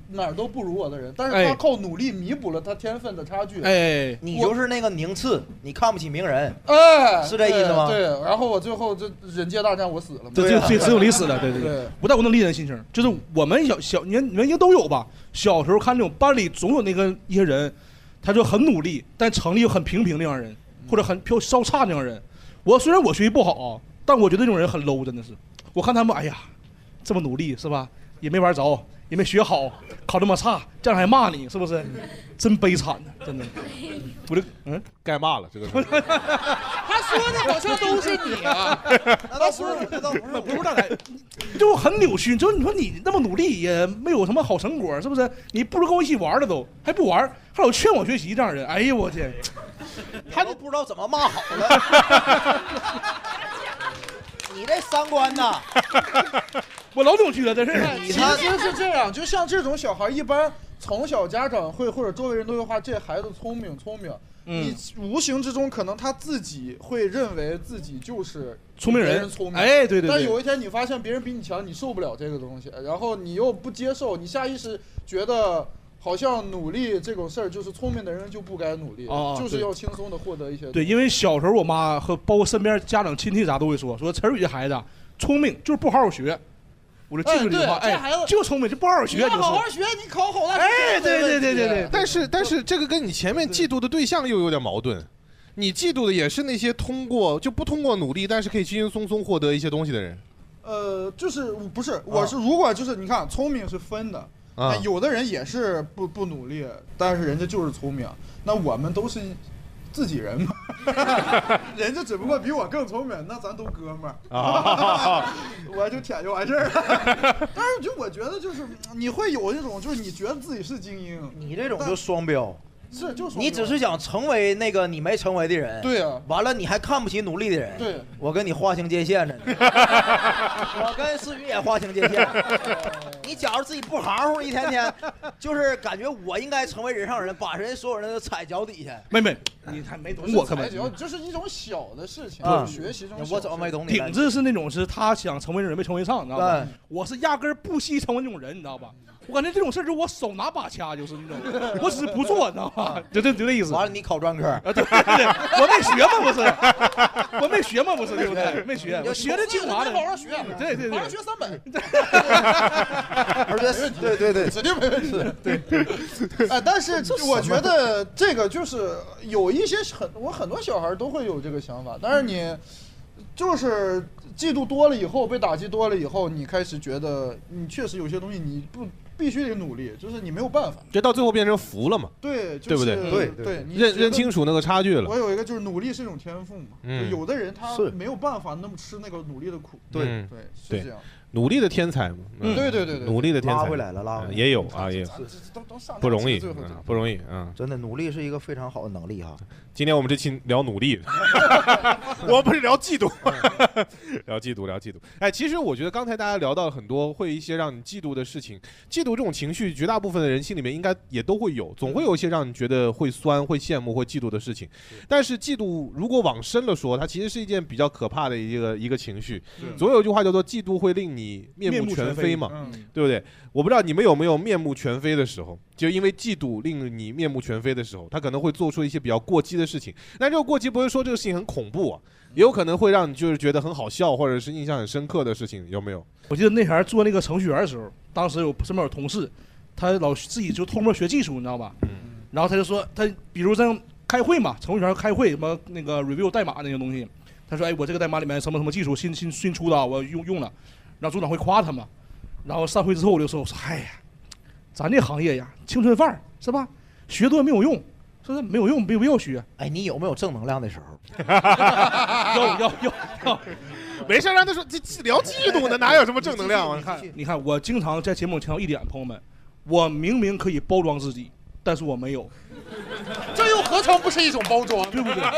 哪儿都不如我的人，但是哎他靠努力弥补了他天分的差距。 哎， 你就是那个宁次，你看不起名人， 哎， 是这意思吗？ 对，对然后我最后这人界大战我死了嘛。 这这这只有你死了，对对对。 不但我能理解人心情，就是我们小小你你们应该都有吧？小时候看那种班里总有那个一些人，他就很努力，但成绩又很平平那样人，或者很飘稍差那样人。我虽然我学习不好，但我觉得这种人很 low， 真的是。我看他们，哎呀，这么努力是吧？也没玩着，也没学好，考这么差，这样还骂你，是不是？真悲惨呢，真的。我就嗯， 该骂了这个。 他说的好像都是你啊， 那倒不是，那倒不是， 不是大概，就很扭曲。就你说你那么努力，也没有什么好成果，是不是？你不如跟我一起玩的都，还不玩，还有劝我学习这样人。哎呦我天， 他都不知道怎么骂好了。你这三观呐， 我老扭曲了，这是。 其实是这样，就像这种小孩，一般从小家长会或者周围人都会话，这孩子聪明聪明。 嗯、 你无形之中可能他自己会认为自己就是聪明人， 别人聪明， 哎，对对对。 但有一天你发现别人比你强，你受不了这个东西，然后你又不接受，你下意识觉得好像努力这种事儿就是聪明的人就不该努力， 哦、 就是要轻松的获得一些。 对，因为小时候我妈和包括身边家长亲戚啥都会说，说陈宇这孩子聪明就是不好好学。我就记住这句话，哎， 哎就聪明就不好好学，就是好好学，你考好大学。 哎，对对对对对。 但是但是这个跟你前面嫉妒的对象又有点矛盾，你嫉妒的也是那些通过就不通过努力，但是可以轻轻松松获得一些东西的人。 呃，就是不是，我是如果就是你看，聪明是分的，啊，有的人也是不不努力，但是人家就是聪明，那我们都是。自己人嘛，人家只不过比我更聪明，那咱都哥们儿，我就舔就完事儿了。但是就我觉得就是你会有一种就是你觉得自己是精英， 你这种就双标。 是，就是你只是想成为那个你没成为的人， 对啊， 完了你还看不起努力的人， 对， 我跟你划清界限呢，我跟思雨也划清界限。你假如自己不行乎，一天天就是感觉我应该成为人上人，把人所有人都踩脚底下。 妹妹，你还没懂我，可没， 就是一种小的事情， 啊、 学习中。 我怎么没懂你？ 顶子是那种是他想成为人没成为上，你知道吧？我是压根不惜成为那种人，你知道吧？我感觉这种事儿就我手拿把掐，就是那种，我只是不做，你知道吗？就这就这意思。 完了，你考专科啊？对对对，我没学嘛，不是，我没学嘛，不是，对不对？没学，我学的清华的， 好好学， 对对对， 好好学三本， 而且对对对， 指定没问题。对，哎，但是我觉得这个就是有一些很，我很多小孩都会有这个想法，但是你就是嫉妒多了以后，被打击多了以后，你开始觉得你确实有些东西你不。必须得努力，就是你没有办法， 这到最后变成服了嘛？ 对， 对不对？ 对对，认认清楚那个差距了。 我有一个就是努力是一种天赋嘛， 嗯， 有的人他没有办法那么吃那个努力的苦， 对对，是这样。 努力的天才嘛， 嗯，对对对对， 努力的天才拉回来了，拉回来也有啊，也有，不容易，不容易啊， 真的，努力是一个非常好的能力哈。 今天我们这期聊努力，我们不是聊嫉妒，聊嫉妒，聊嫉妒。哎，其实我觉得刚才大家聊到很多会一些让你嫉妒的事情，嫉妒这种情绪，绝大部分的人心里面应该也都会有，总会有一些让你觉得会酸、会羡慕、会嫉妒的事情。但是嫉妒如果往深了说，它其实是一件比较可怕的一个一个情绪。总有一句话叫做“嫉妒会令你面目全非”嘛，对不对？我不知道你们有没有面目全非的时候，就因为嫉妒令你面目全非的时候，他可能会做出一些比较过激的事情。但这个过激不是说这个事情很恐怖啊，也有可能会让你就是觉得很好笑，或者是印象很深刻的事情，有没有？ 我记得那前做那个程序员的时候，当时有身边有同事，他老自己就偷摸学技术，你知道吧？嗯。然后他就说，他比如在开会嘛，程序员开会什么那个 review 代码那些东西，他说，哎，我这个代码里面什么什么技术新新新出的，我用用了，然后组长会夸他嘛。然后上会之后我就说，我说，哎呀，咱这行业呀，青春范儿是吧？学多没有用。说没有用，没有必要学。 哎，你有没有正能量的时候？ 有有有有， 没事让他说这聊嫉妒呢，哪有什么正能量啊？ 你看，你看，我经常在节目强调一点，朋友们，我明明可以包装自己，但是我没有， 这又何尝不是一种包装， 对不对？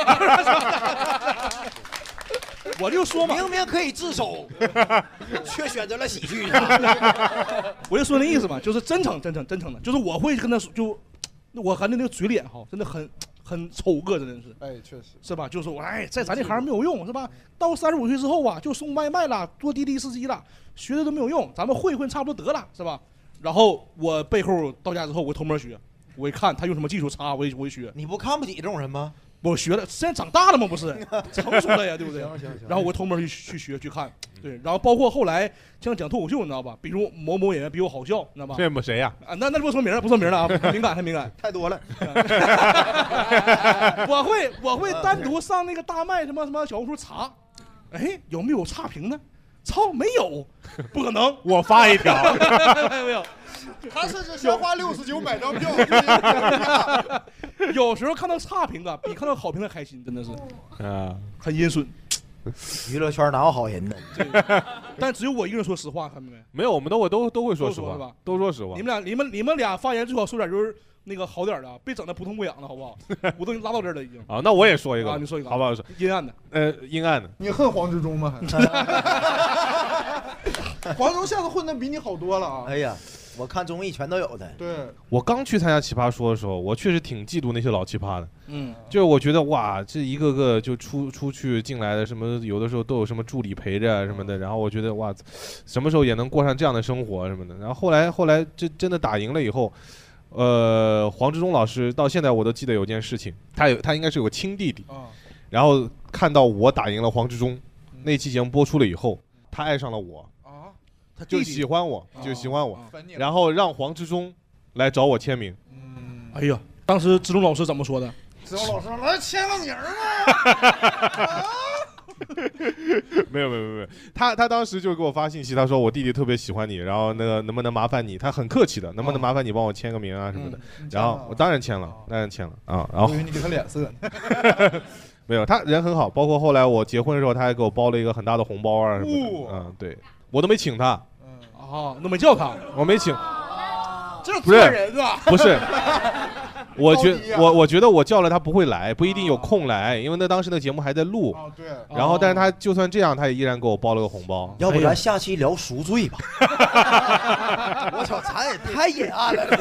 我就说嘛， 明明可以自首，却选择了喜剧。 我就说那意思嘛，就是真诚、真诚、真诚的，就是我会跟他说就。我含的那个嘴脸哈，真的很很丑恶，真的是。 哎，确实是吧？就是说，哎，在咱这行没有用，是吧？到三十五岁之后啊，就送外卖了，做滴滴司机了，学的都没有用，咱们混一混差不多得了，是吧？ 然后我背后到家之后，我偷摸学，我一看他用什么技术插，我一我一学。 你不看不起这种人吗？ 我学了，现在长大了吗？不是，成熟了呀，对不对？ 行行行。 然后我偷摸去去学去看，对，然后包括后来像讲脱口秀，你知道吧？比如某某演员比我好笑，你知道吧？ 这谁呀？ 啊，那那不说名了，不说名了啊，敏感太敏感， 太多了。 我会我会单独上那个大麦什么什么小红书查，哎，有没有差评呢？操，没有，不可能， 我发一条， 没有。 他甚至先花六十九买张票。 有时候看到差评啊，比看到好评还开心，真的是啊， 很阴损。 娱乐圈哪有好人呢？ 但只有我一个人说实话，看没？ 没有，我们都我都都会说实话， 吧？ 都说实话。 你们俩，你们你们俩发言最好说点就是那个好点的，别整的不痛不痒的，好不好？我都拉到这儿了已经。 啊，那我也说一个， 啊，你说一个， 好不好？ 阴暗的， 呃，阴暗的。 你恨黄志忠吗？黄志忠下次混的比你好多了啊！ 哎呀。我看综艺全都有的。 对， 我刚去参加奇葩说的时候，我确实挺嫉妒那些老奇葩的。 嗯， 就是我觉得哇，这一个个就出出去进来的，什么有的时候都有什么助理陪着什么的，然后我觉得哇，什么时候也能过上这样的生活什么的。然后后来后来这真的打赢了以后，呃，黄志忠老师到现在我都记得有件事情，他有他应该是有个亲弟弟，然后看到我打赢了黄志忠，那期节目播出了以后，他爱上了我。就喜欢我，就喜欢我，然后让黄志忠来找我签名。 嗯，哎呀，当时志忠老师怎么说的？ 志忠老师来签个名吗？ 没有没有没有，他他当时就给我发信息，他说我弟弟特别喜欢你，然后那个能不能麻烦你？他很客气的，能不能麻烦你帮我签个名啊什么的？然后我当然签了，当然签了啊。然后我以为你给他脸色。 没有，他人很好，包括后来我结婚的时候，他还给我包了一个很大的红包啊什么的。嗯，对我都没请他。 哦，都没叫他， 我没请， 这是骗人啊！ 不是，我觉我我觉得我叫了他不会来，不一定有空来，因为那当时那节目还在录。 哦，对。 然后，但是他就算这样，他也依然给我包了个红包。 要不咱下期聊赎罪吧？我操，咱也太阴暗了。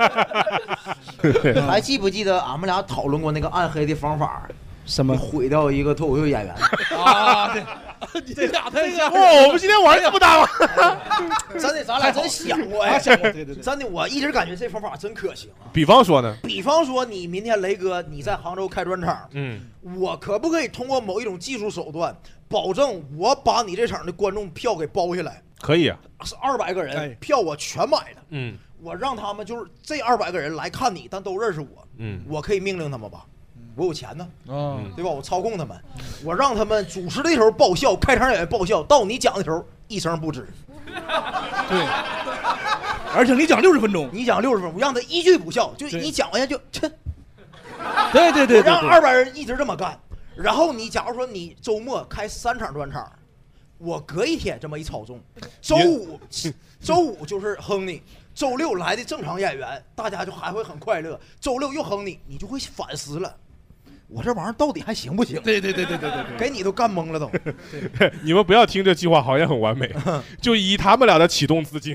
还记不记得俺们俩讨论过那个暗黑的方法？ 什么毁掉一个脱口秀演员？ 啊，对。这俩太像哇！我们今天玩这么大吗？ 真的，咱俩真想过哎， 想过，对对对， 真的，我一直感觉这方法真可行啊。 比方说呢？ 比方说，你明天雷哥你在杭州开专场， 嗯， 我可不可以通过某一种技术手段，保证我把你这场的观众票给包下来？ 可以啊， 是二百个人，票我全买了， 嗯， 我让他们就是这二百个人来看你，但都认识我， 嗯， 我可以命令他们吧。我有钱呢， 嗯， 对吧？我操控他们，我让他们主持的时候爆笑，开场演员爆笑，到你讲的时候一声不吱。 对，而且你讲六十分钟， 你讲六十分钟，我让他一句不笑，就你讲完下就切。 对对对， 让二百人一直这么干。然后你假如说你周末开三场专场，我隔一天这么一操纵，周五周五就是哼你。周六来的正常演员，大家就还会很快乐。周六又哼你，你就会反思了，我这玩意儿到底还行不行？ 对对对对对对， 给你都干懵了都。 你们不要听这计划好像很完美，就以他们俩的启动资金。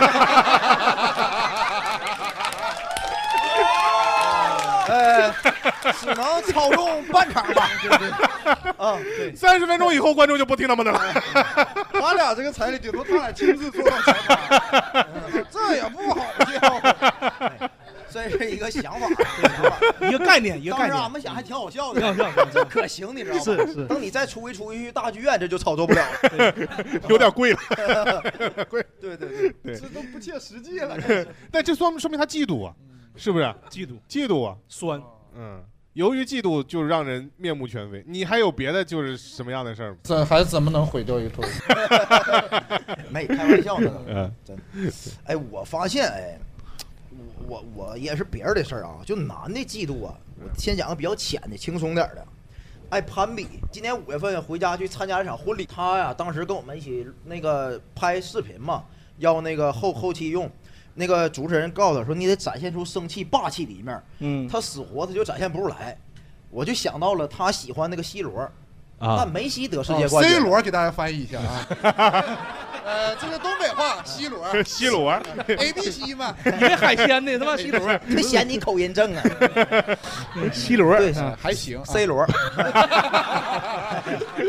呃，只能操纵半场吧。 对对， 嗯，对， 三十分钟以后观众就不听他们的了。 他俩这个彩礼顶多他俩亲自坐到前台，这也不好笑。 这是一个想法， 一个概念，一个概念。 当时俺们想还挺好笑的， 这可行，你知道吗？ 是是。 等你再出一出去大剧院，这就操作不了了， 有点贵了。 贵。对对对对， 这都不切实际了。 但这说说明他嫉妒啊。是不是嫉妒？ 嫉妒啊， 酸。 嗯，由于嫉妒就让人面目全非。你还有别的就是什么样的事儿吗？ 这还怎么能毁掉一个脱口秀？ 没开玩笑呢， 嗯， 真。哎，我发现哎，我我也是别人的事儿啊，就男的嫉妒啊。我先讲个比较浅的、轻松点的，爱攀比。今年五月份回家去参加一场婚礼，他呀当时跟我们一起那个拍视频嘛，要那个后后期用。那个主持人告诉他说：“你得展现出生气霸气的一面。” 嗯， 他死活他就展现不出来。我就想到了他喜欢那个 C 罗，啊，但梅西得世界冠军。 C 罗给大家翻译一下啊，呃，这是东北话 ，C 罗 ，C 罗 ，A B C 嘛， 你这海鲜的他妈 C 罗， 这嫌你口音正啊。 C 罗对， 还行 ，C 罗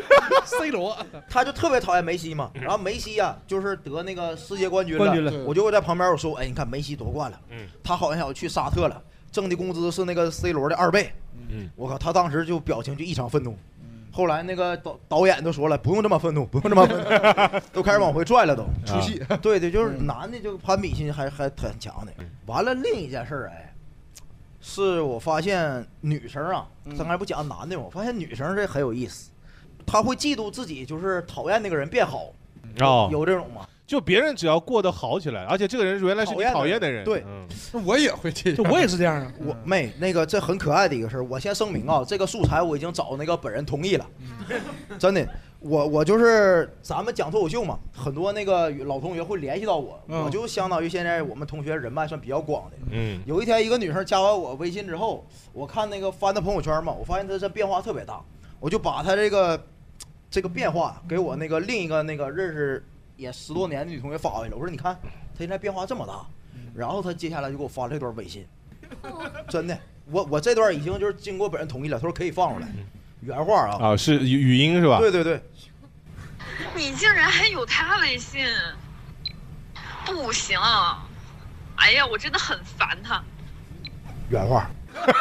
C 罗， 他就特别讨厌梅西嘛。然后梅西呀、啊，就是得那个世界冠军了， 冠军了我就会在旁边我说，哎，你看梅西夺冠了，嗯，他好像要去沙特了，挣的工资是那个 C 罗的二倍，嗯，我靠，他当时就表情就异常愤怒。后来那个导导演都说了，不用这么愤怒，不用这么愤怒，都开始往回拽了都， 出戏。 对对，就是男的就攀比心还还很强的。完了，另一件事儿，哎，是我发现女生啊，刚才不讲男的吗？我发现女生这很有意思，她会嫉妒自己就是讨厌那个人变好， 哦， 有这种吗？ 就别人只要过得好起来，而且这个人原来是你讨厌的人， 对， 嗯， 我也会这样， 我也是这样啊。 我妹那个这很可爱的一个事儿，我先声明啊，这个素材我已经找那个本人同意了，真的，我我就是咱们讲脱口秀嘛，很多那个老同学会联系到我， 嗯、 我就相当于现在我们同学人脉算比较广的。 嗯， 有一天一个女生加完我微信之后，我看那个翻她朋友圈嘛，我发现她这变化特别大，我就把她这个这个变化给我那个另一个那个认识也十多年的女同学发过去了，我说你看她现在变化这么大，然后她接下来就给我发了这段微信，真的，我我这段已经就是经过本人同意了，她说可以放出来。原话啊啊，是语语音是吧？ 对对对。 你竟然还有他微信，不行！哎呀，我真的很烦他。 原话。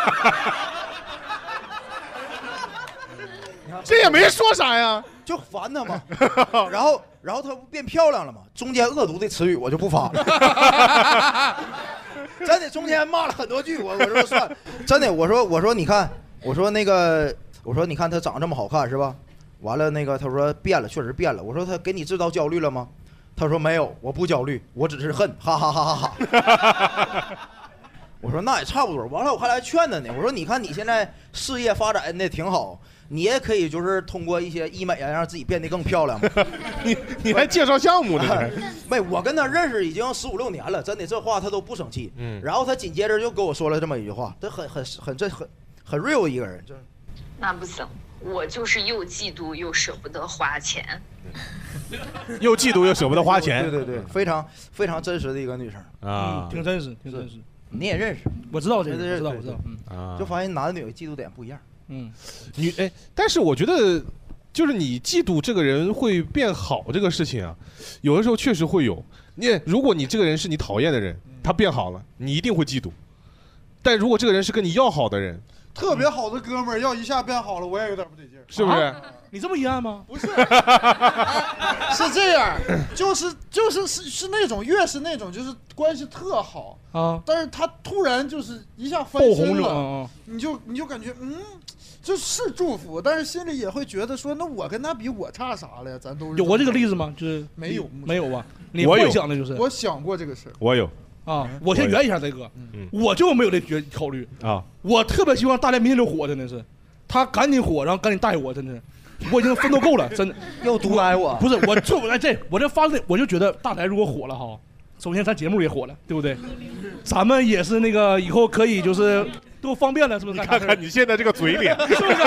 这也没说啥呀， 就烦他嘛。然后，然后他不变漂亮了嘛？中间恶毒的词语我就不发了。真的，中间骂了很多句，我我说算，真的，我说我说你看。我说那个，我说你看他长得这么好看是吧？完了那个他说变了，确实变了。我说他给你制造焦虑了吗？他说没有，我不焦虑，我只是恨，哈哈哈哈哈。我说那也差不多。完了我还来劝他呢，我说你看你现在事业发展的挺好，你也可以就是通过一些医美啊，让自己变得更漂亮嘛。 你你还介绍项目呢？ 没，我跟他认识已经十五六年了，真的这话他都不生气。嗯。然后他紧接着就跟我说了这么一句话，这很很很这很。很 real 一个人，就是那不行，我就是又嫉妒又舍不得花钱， 又嫉妒又舍不得花钱， 对对对，非常非常真实的一个女生啊，挺真实，挺真实。 你也认识， 我知道这个， 我知道我知道， 嗯，就发现男的女的嫉妒点不一样， 嗯， 女哎，但是我觉得就是你嫉妒这个人会变好这个事情啊，有的时候确实会有。你如果你这个人是你讨厌的人，他变好了，你一定会嫉妒。但如果这个人是跟你要好的人， 特别好的哥们儿要一下变好了，我也有点不得劲儿， 是不是？ 啊、你这么阴暗吗？ 不是，是这样，就是就是是是那种越是那种就是关系特好啊， 但是他突然就是一下翻身了，啊、你就你就感觉嗯，就是祝福，但是心里也会觉得说，那我跟他比，我差啥了呀？咱都是有过这个例子吗？就是没有没有吧？你我有想的就是， 我想过这个事儿， 我有。 啊，我先圆一下这个， 嗯、 我就没有这觉考虑啊。 我特别希望大家明天就火，真的是，他赶紧火，然后赶紧带我，真的是，我已经奋斗够了，真的。 又毒来我？ 不是，我就我这我这发的，我就觉得大台如果火了哈，首先咱节目也火了，对不对？咱们也是那个以后可以就是都方便了，是不是？ 你看看你现在这个嘴脸， 是不是？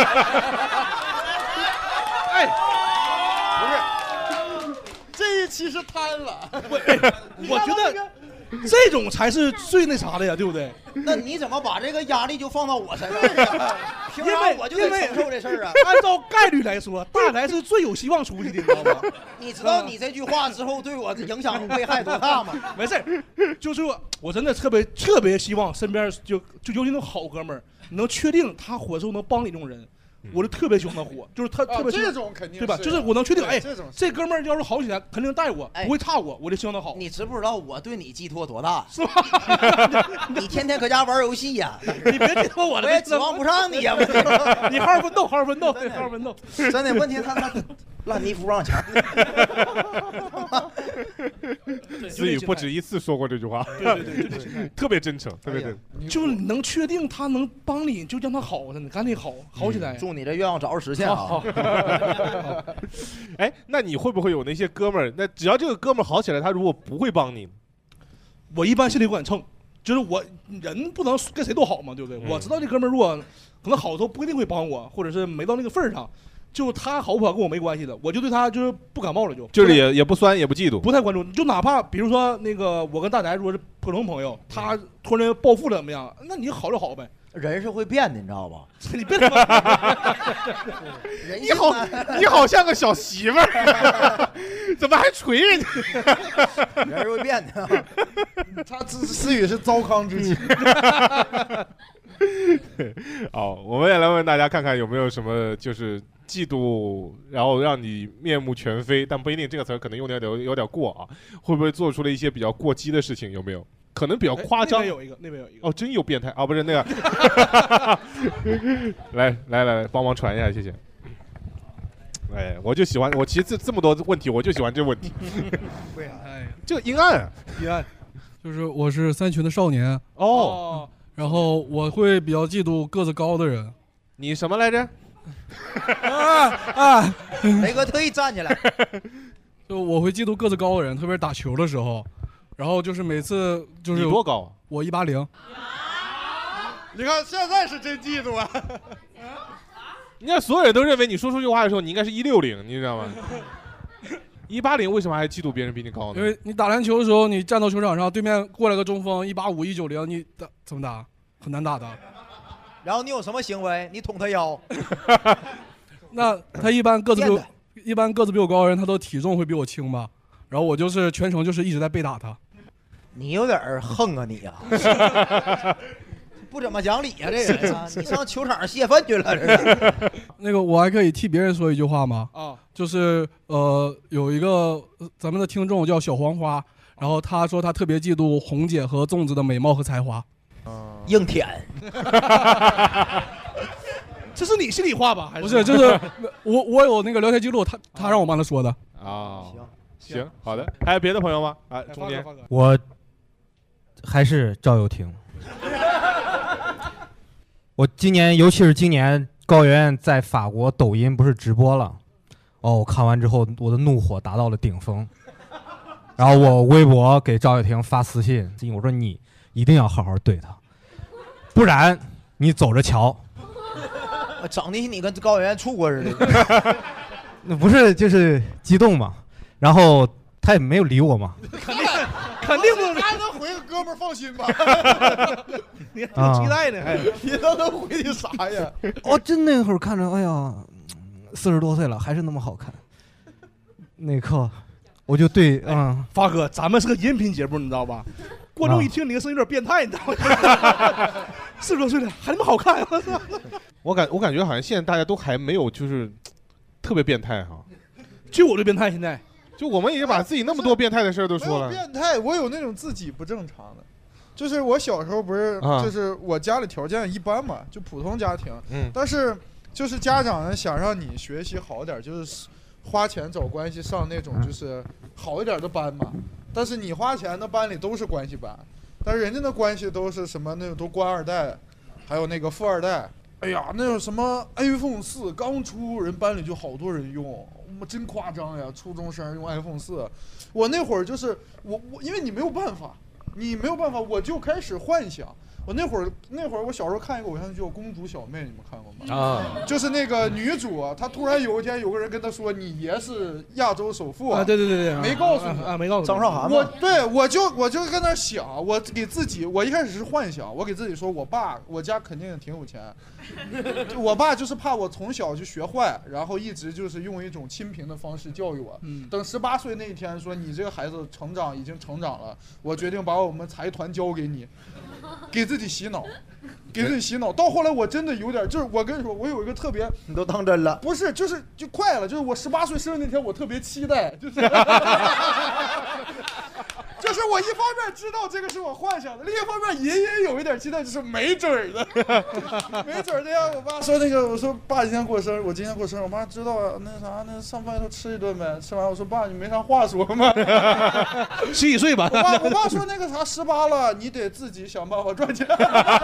哎， 不是，这一期是贪了。 我、哎、我觉得。这种才是最那啥的呀，对不对？ 那你怎么把这个压力就放到我身上呢？凭啥我就得承受这事儿啊？ 按照概率来说，大台是最有希望出去的，你知道吗？ 你知道你这句话之后对我的影响危害多大吗？ 没事，就是我真的特别特别希望身边就就尤其那种好哥们儿，你能确定他火的时候能帮你这种人。我就特别喜欢他火，就是他特别、 啊、这种肯定对吧？就是我能确定，哎， 这, 这哥们儿要是好起来，肯定带我， 哎、 不会差我，我就希望他好。 你知不知道我对你寄托多大？ 是吧？ 你天天搁家玩游戏呀、 啊，你别寄托我了， 我也指望不上你呀、 啊。你好好奋斗，好好奋斗，好好奋斗。 真的问题他他烂泥扶不上墙。 思雨不止一次说过这句话， 对对对对， 特别真诚，特别真诚。 就是能确定他能帮你，就让他好，真的赶紧好，好起来。 祝你这愿望早日实现啊！ 哎，那你会不会有那些哥们儿？那只要这个哥们儿好起来，他如果不会帮你， 我一般心里管秤，就是我人不能跟谁都好嘛，对不对？嗯、我知道这哥们儿如果可能好的时候不一定会帮我，或者是没到那个份儿上。就他好不好跟我没关系的，我就对他就是不感冒了就， 就是也也不酸也不嫉妒， 不太关注。就哪怕比如说那个我跟大宅如果是普通朋友，他突然暴富了怎么样？那你好就好呗， 人是会变的，你知道吧？ 你别他妈， 你好，你好像个小媳妇儿，怎么还捶人家？ 人是会变的。 他思思雨是糟糠之妻。 好，我们也来问大家看看有没有什么就是嫉妒，然后让你面目全非，但不一定这个词儿可能用的有有点过啊，会不会做出了一些比较过激的事情？有没有？可能比较夸张。 那边有一个，那边有一个。 哦，真有变态啊！不是那个，来来来来，帮忙传一下，谢谢。哎，我就喜欢，我其实这这么多问题，我就喜欢这个问题。 为啥？ 哎， 这个阴暗啊， 阴暗， 就是我是三群的少年哦， 然后我会比较嫉妒个子高的人。 你什么来着？ 啊啊！ 雷哥特意站起来。 就我会嫉妒个子高的人，特别是打球的时候。然后就是每次就是你多高啊？ 我一八零。 你看现在是真嫉妒啊！ 你看所有人都认为你说出这句话的时候，你应该是一六零，你知道吗？一八零为什么还嫉妒别人比你高呢？ 因为你打篮球的时候，你站到球场上，对面过来个中锋一八五一九零，你打怎么打？很难打的。 然后你有什么行为？你捅他腰。 那他一般个子比我一般个子比我高的人，他都体重会比我轻吧？然后我就是全程就是一直在被打他。 你有点横啊你呀、啊，不怎么讲理啊这人啊！你上球场上泄愤去了这是。 那个我还可以替别人说一句话吗？ 啊， 就是呃有一个咱们的听众叫小黄花，然后他说他特别嫉妒红姐和粽子的美貌和才华。 硬舔。 这是你心里话吧？还是不是？就是我我有那个聊天记录，他他让我帮他说的。 啊，行行，好的。还有别的朋友吗？啊，中间我还是赵又廷。我今年，尤其是今年，高圆圆在法国抖音不是直播了？哦，我看完之后，我的怒火达到了顶峰。然后我微博给赵又廷发私信，我说你一定要好好对他，不然你走着瞧。 整的你跟高圆圆处过似的。 那不是就是激动嘛？然后他也没有理我嘛。 肯定肯定不还能回个哥们儿放心吧。 你还挺期待呢，还你都能回你啥呀？ 哦，真那会儿看着，哎呀，四十多岁了还是那么好看。那一刻，我就对，嗯， 发哥，咱们是个音频节目，你知道吧？观众一听你的声音有点变态，你知道吗？四十多岁了还那么好看，我操！ 我感我感觉好像现在大家都还没有就是特别变态哈。 就我这变态，现在就我们已经把自己那么多变态的事儿都说了。 变态，我有那种自己不正常的，就是我小时候不是， 啊、 就是我家里条件一般嘛，就普通家庭， 嗯， 但是就是家长呢想让你学习好点，就是花钱找关系上那种就是好一点的班嘛，但是你花钱的班里都是关系班，但是人家的关系都是什么那种都官二代，还有那个富二代。哎呀，那种什么 iPhone 四刚出，人班里就好多人用，我真夸张呀！初中生用 iPhone 四，我那会儿就是我我，因为你没有办法，你没有办法，我就开始幻想。我那会儿那会儿我小时候看一个偶像剧叫《公主小妹》，你们看过吗？ 啊， 就是那个女主啊，她突然有一天有个人跟她说：“你爷是亚洲首富啊！”对对对对， 没告诉你啊，没告诉你。 张韶涵我对我就我就跟那想，我给自己，我一开始是幻想，我给自己说，我爸我家肯定挺有钱，我爸就是怕我从小就学坏，然后一直就是用一种清贫的方式教育我。 嗯， 等十八岁那一天说你这个孩子成长已经成长了，我决定把我们财团交给你，给自己洗脑。给自己洗脑，到后来我真的有点，就是我跟你说，我有一个特别， 你都当真了？ 不是，就是就快了，就是我十八岁生日那天，我特别期待，就是，就是我一方面知道这个是我幻想的，另一方面隐隐有一点期待，就是没准儿的，没准儿的呀。我爸说那个，我说爸今天过生日，我今天过生日，我妈知道啊，那啥，那上饭店头吃一顿呗，吃完我说爸，你没啥话说吗？ 十几岁吧。 我爸我爸说那个啥，十八了，你得自己想办法赚钱。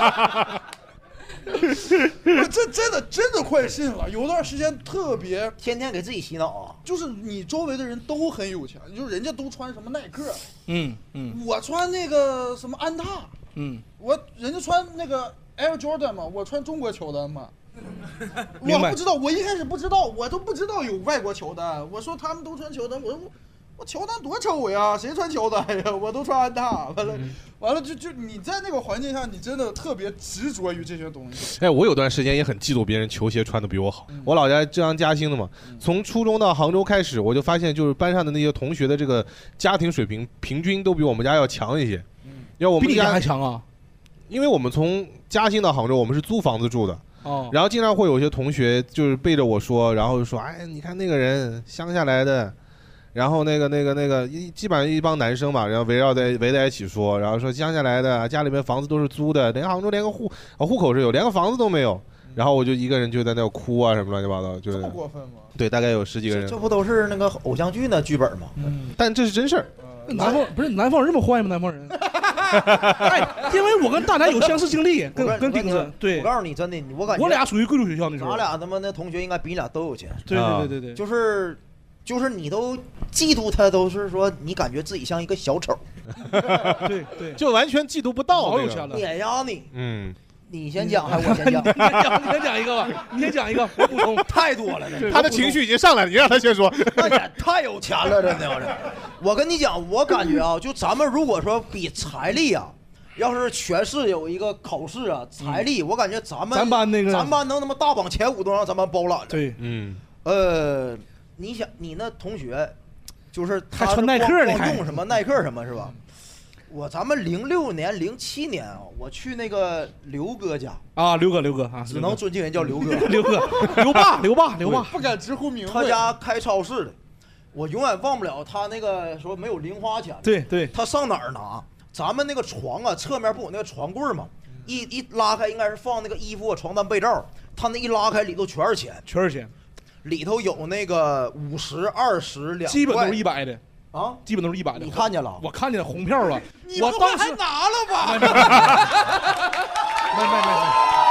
我这真的真的快信了，有段时间特别天天给自己洗脑啊， 就是你周围的人都很有钱，就是人家都穿什么耐克， 嗯嗯， 我穿那个什么安踏， 嗯， 我人家穿那个 Air Jordan 嘛，我穿中国乔丹嘛。我不知道，我一开始不知道，我都不知道有外国乔丹。我说他们都穿乔丹，我说我乔丹多丑呀，谁穿乔丹呀？我都穿安踏。完了， 嗯、 完了就就你在那个环境下，你真的特别执着于这些东西。 哎，我有段时间也很嫉妒别人球鞋穿的比我好。嗯、我老家浙江嘉兴的嘛，嗯、从初中到杭州开始，我就发现就是班上的那些同学的这个家庭水平平均都比我们家要强一些。嗯，要我们比你家还强啊？ 因为我们从嘉兴到杭州，我们是租房子住的。 哦， 然后经常会有些同学就是背着我说，然后就说，哎，你看那个人乡下来的。然后那个那个那个一基本上一帮男生嘛，然后围绕在围在一起说，然后说乡下来的，家里面房子都是租的，连杭州连个户啊户口是有，连个房子都没有。然后我就一个人就在那哭啊什么乱七八糟，就这么过分吗？ 对，大概有十几个人。 这不都是那个偶像剧的剧本吗？ 嗯，但这是真事儿。 南方不是南方人这么坏吗？南方人。哎，因为我跟大南有相似经历，跟跟顶子。对， 我告诉你，真的，我感觉我俩属于贵族学校那时候。 咱俩他妈那同学应该比你俩都有钱。 对对对对对， 就是。就是你都嫉妒他，都是说你感觉自己像一个小丑， 对对， 就完全嫉妒不到， 好有钱了， 碾压你。 嗯， 你先讲还是我先讲？ 你先讲，你先讲一个吧，你先讲一个，我补充。 太多了， 他的情绪已经上来了，你让他先说。 那也太有钱了，真的。我跟你讲，我感觉啊，就咱们如果说比财力啊。要是全市有一个考试啊，财力，我感觉咱们咱班那个， 咱班能他妈大榜前五都让咱们包揽了。 对， 嗯， 呃。你想，你那同学，就是他穿耐克呢， 用什么耐克什么是吧？我咱们零六年、零七年啊，我去那个刘哥家啊，刘哥，刘哥啊， 只能尊敬人叫刘哥， 刘哥，刘爸，刘爸，刘爸， 不敢直呼名讳。 他家开超市的，我永远忘不了他那个说没有零花钱。 对对， 他上哪儿拿？咱们那个床啊，侧面不有那个床柜吗？一一拉开，应该是放那个衣服、床单、被罩。他那一拉开，里头全是钱， 全是钱。 里头有那个五十、二十两， 基本都是一百的啊， 基本都是一百的。 你看见了？ 我看见红票了。 你我当时还拿了吧？ 没没没没。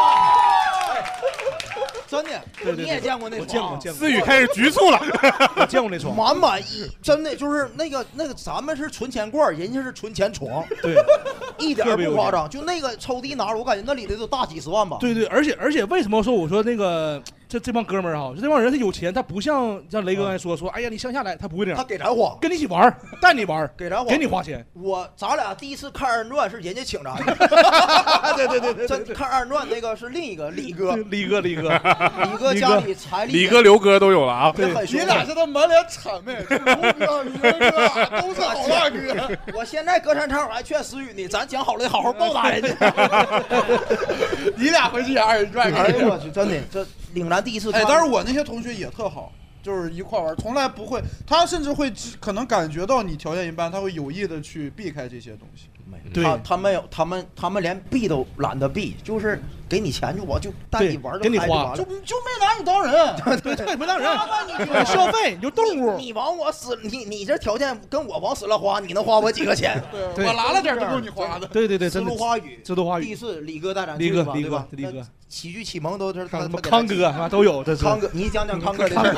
真的，你也见过那床？ 我见过，见过。 思雨开始局促了。 我见过那床， 满满一，真的就是那个那个，咱们是存钱罐，人家是存钱床。 对， 一点不夸张。就那个抽屉拿着，我感觉那里头都大几十万吧。 对对，而且而且为什么说我说那个？这这帮哥们儿哈，就这帮人他有钱，他不像像雷哥刚才说说，哎呀你乡下来，他不会这样， 他给咱花， 跟你一起玩，带你玩， 给咱花， 给你花钱。 我咱俩第一次看二人转是人家请咱的， 对对对对， 这看二人转那个是另一个李哥， 李哥李哥， 李哥家里财力， 李哥刘哥都有了啊。 对， 你俩是他满脸谄媚，刘哥李哥都是好大哥。 我现在隔三差五还劝思雨呢，咱讲好了好好报答人家。 你俩回去演二人转， 哎呦我去，真的这。岭南第一次看， 哎，但是我那些同学也特好，就是一块玩，从来不会，他甚至会可能感觉到你条件一般，他会有意的去避开这些东西。 没，他他们有，他们他们连避都懒得避，就是给你钱就我就带你玩， 给你花， 就就没拿你当人， 对对，没当人，你消费你就动物， 你往我死，你你这条件跟我往死了花，你能花我几个钱？ 对，我拿了点都够你花的。 对对对， 知路花语， 知路花语， 第一次李哥带咱李哥李哥李哥。 喜剧启蒙都是他康哥啊都有，这是康哥，你讲讲康哥的事儿。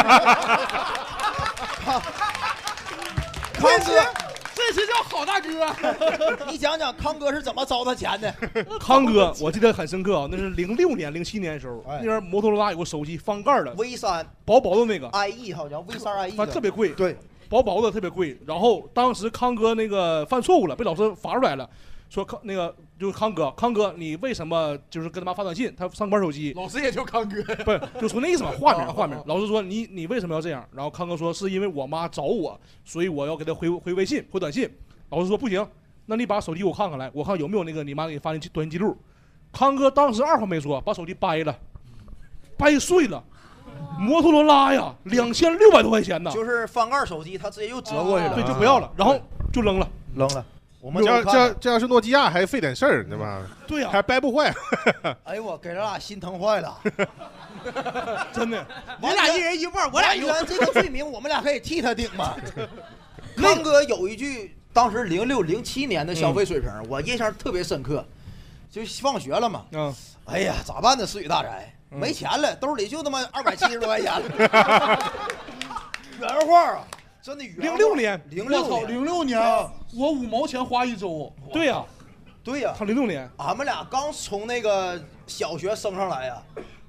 康康哥， 这是叫好大哥。 你讲讲康哥是怎么糟蹋钱的？ 康哥，我记得很深刻啊，那是零六年、零七年的时候，那边摩托罗拉有个手机翻盖的 V 三， 薄薄的那个 I E 好像 V 三 I E， 它特别贵， 对， 薄薄的特别贵。然后当时康哥那个犯错误了，被老师罚出来了。说康那个就是康哥，康哥，你为什么就是跟他妈发短信？他上班手机， 老师也就康哥， 不是就说那意思嘛，画面画面。老师说你你为什么要这样？然后康哥说是因为我妈找我，所以我要给他回回微信回短信。老师说不行，那你把手机给我看看来，我看有没有那个你妈给你发的短信记录。康哥当时二话没说，把手机掰了，掰碎了。摩托罗拉呀，两千六百多块钱呢， 就是翻盖手机，他直接又折过去了， 对，就不要了，然后就扔了， 扔了。我们这要这要这要是诺基亚还费点事儿，对吧？ 对呀， 还掰不坏。 哎呦我给咱俩心疼坏了， 真的。 你俩一人一半，我俩一人这个罪名，我们俩可以替他顶吗？康哥有一句，当时零六零七年的消费水平，我印象特别深刻。就放学了嘛， 嗯， 哎呀，咋办呢？思雨大宅没钱了，兜里就他妈二百七十多块钱了。原话啊。真的， 零六年， 零六年，零六年，我五毛钱花一周。 对呀， 对呀， 他零六年， 俺们俩刚从那个小学升上来呀，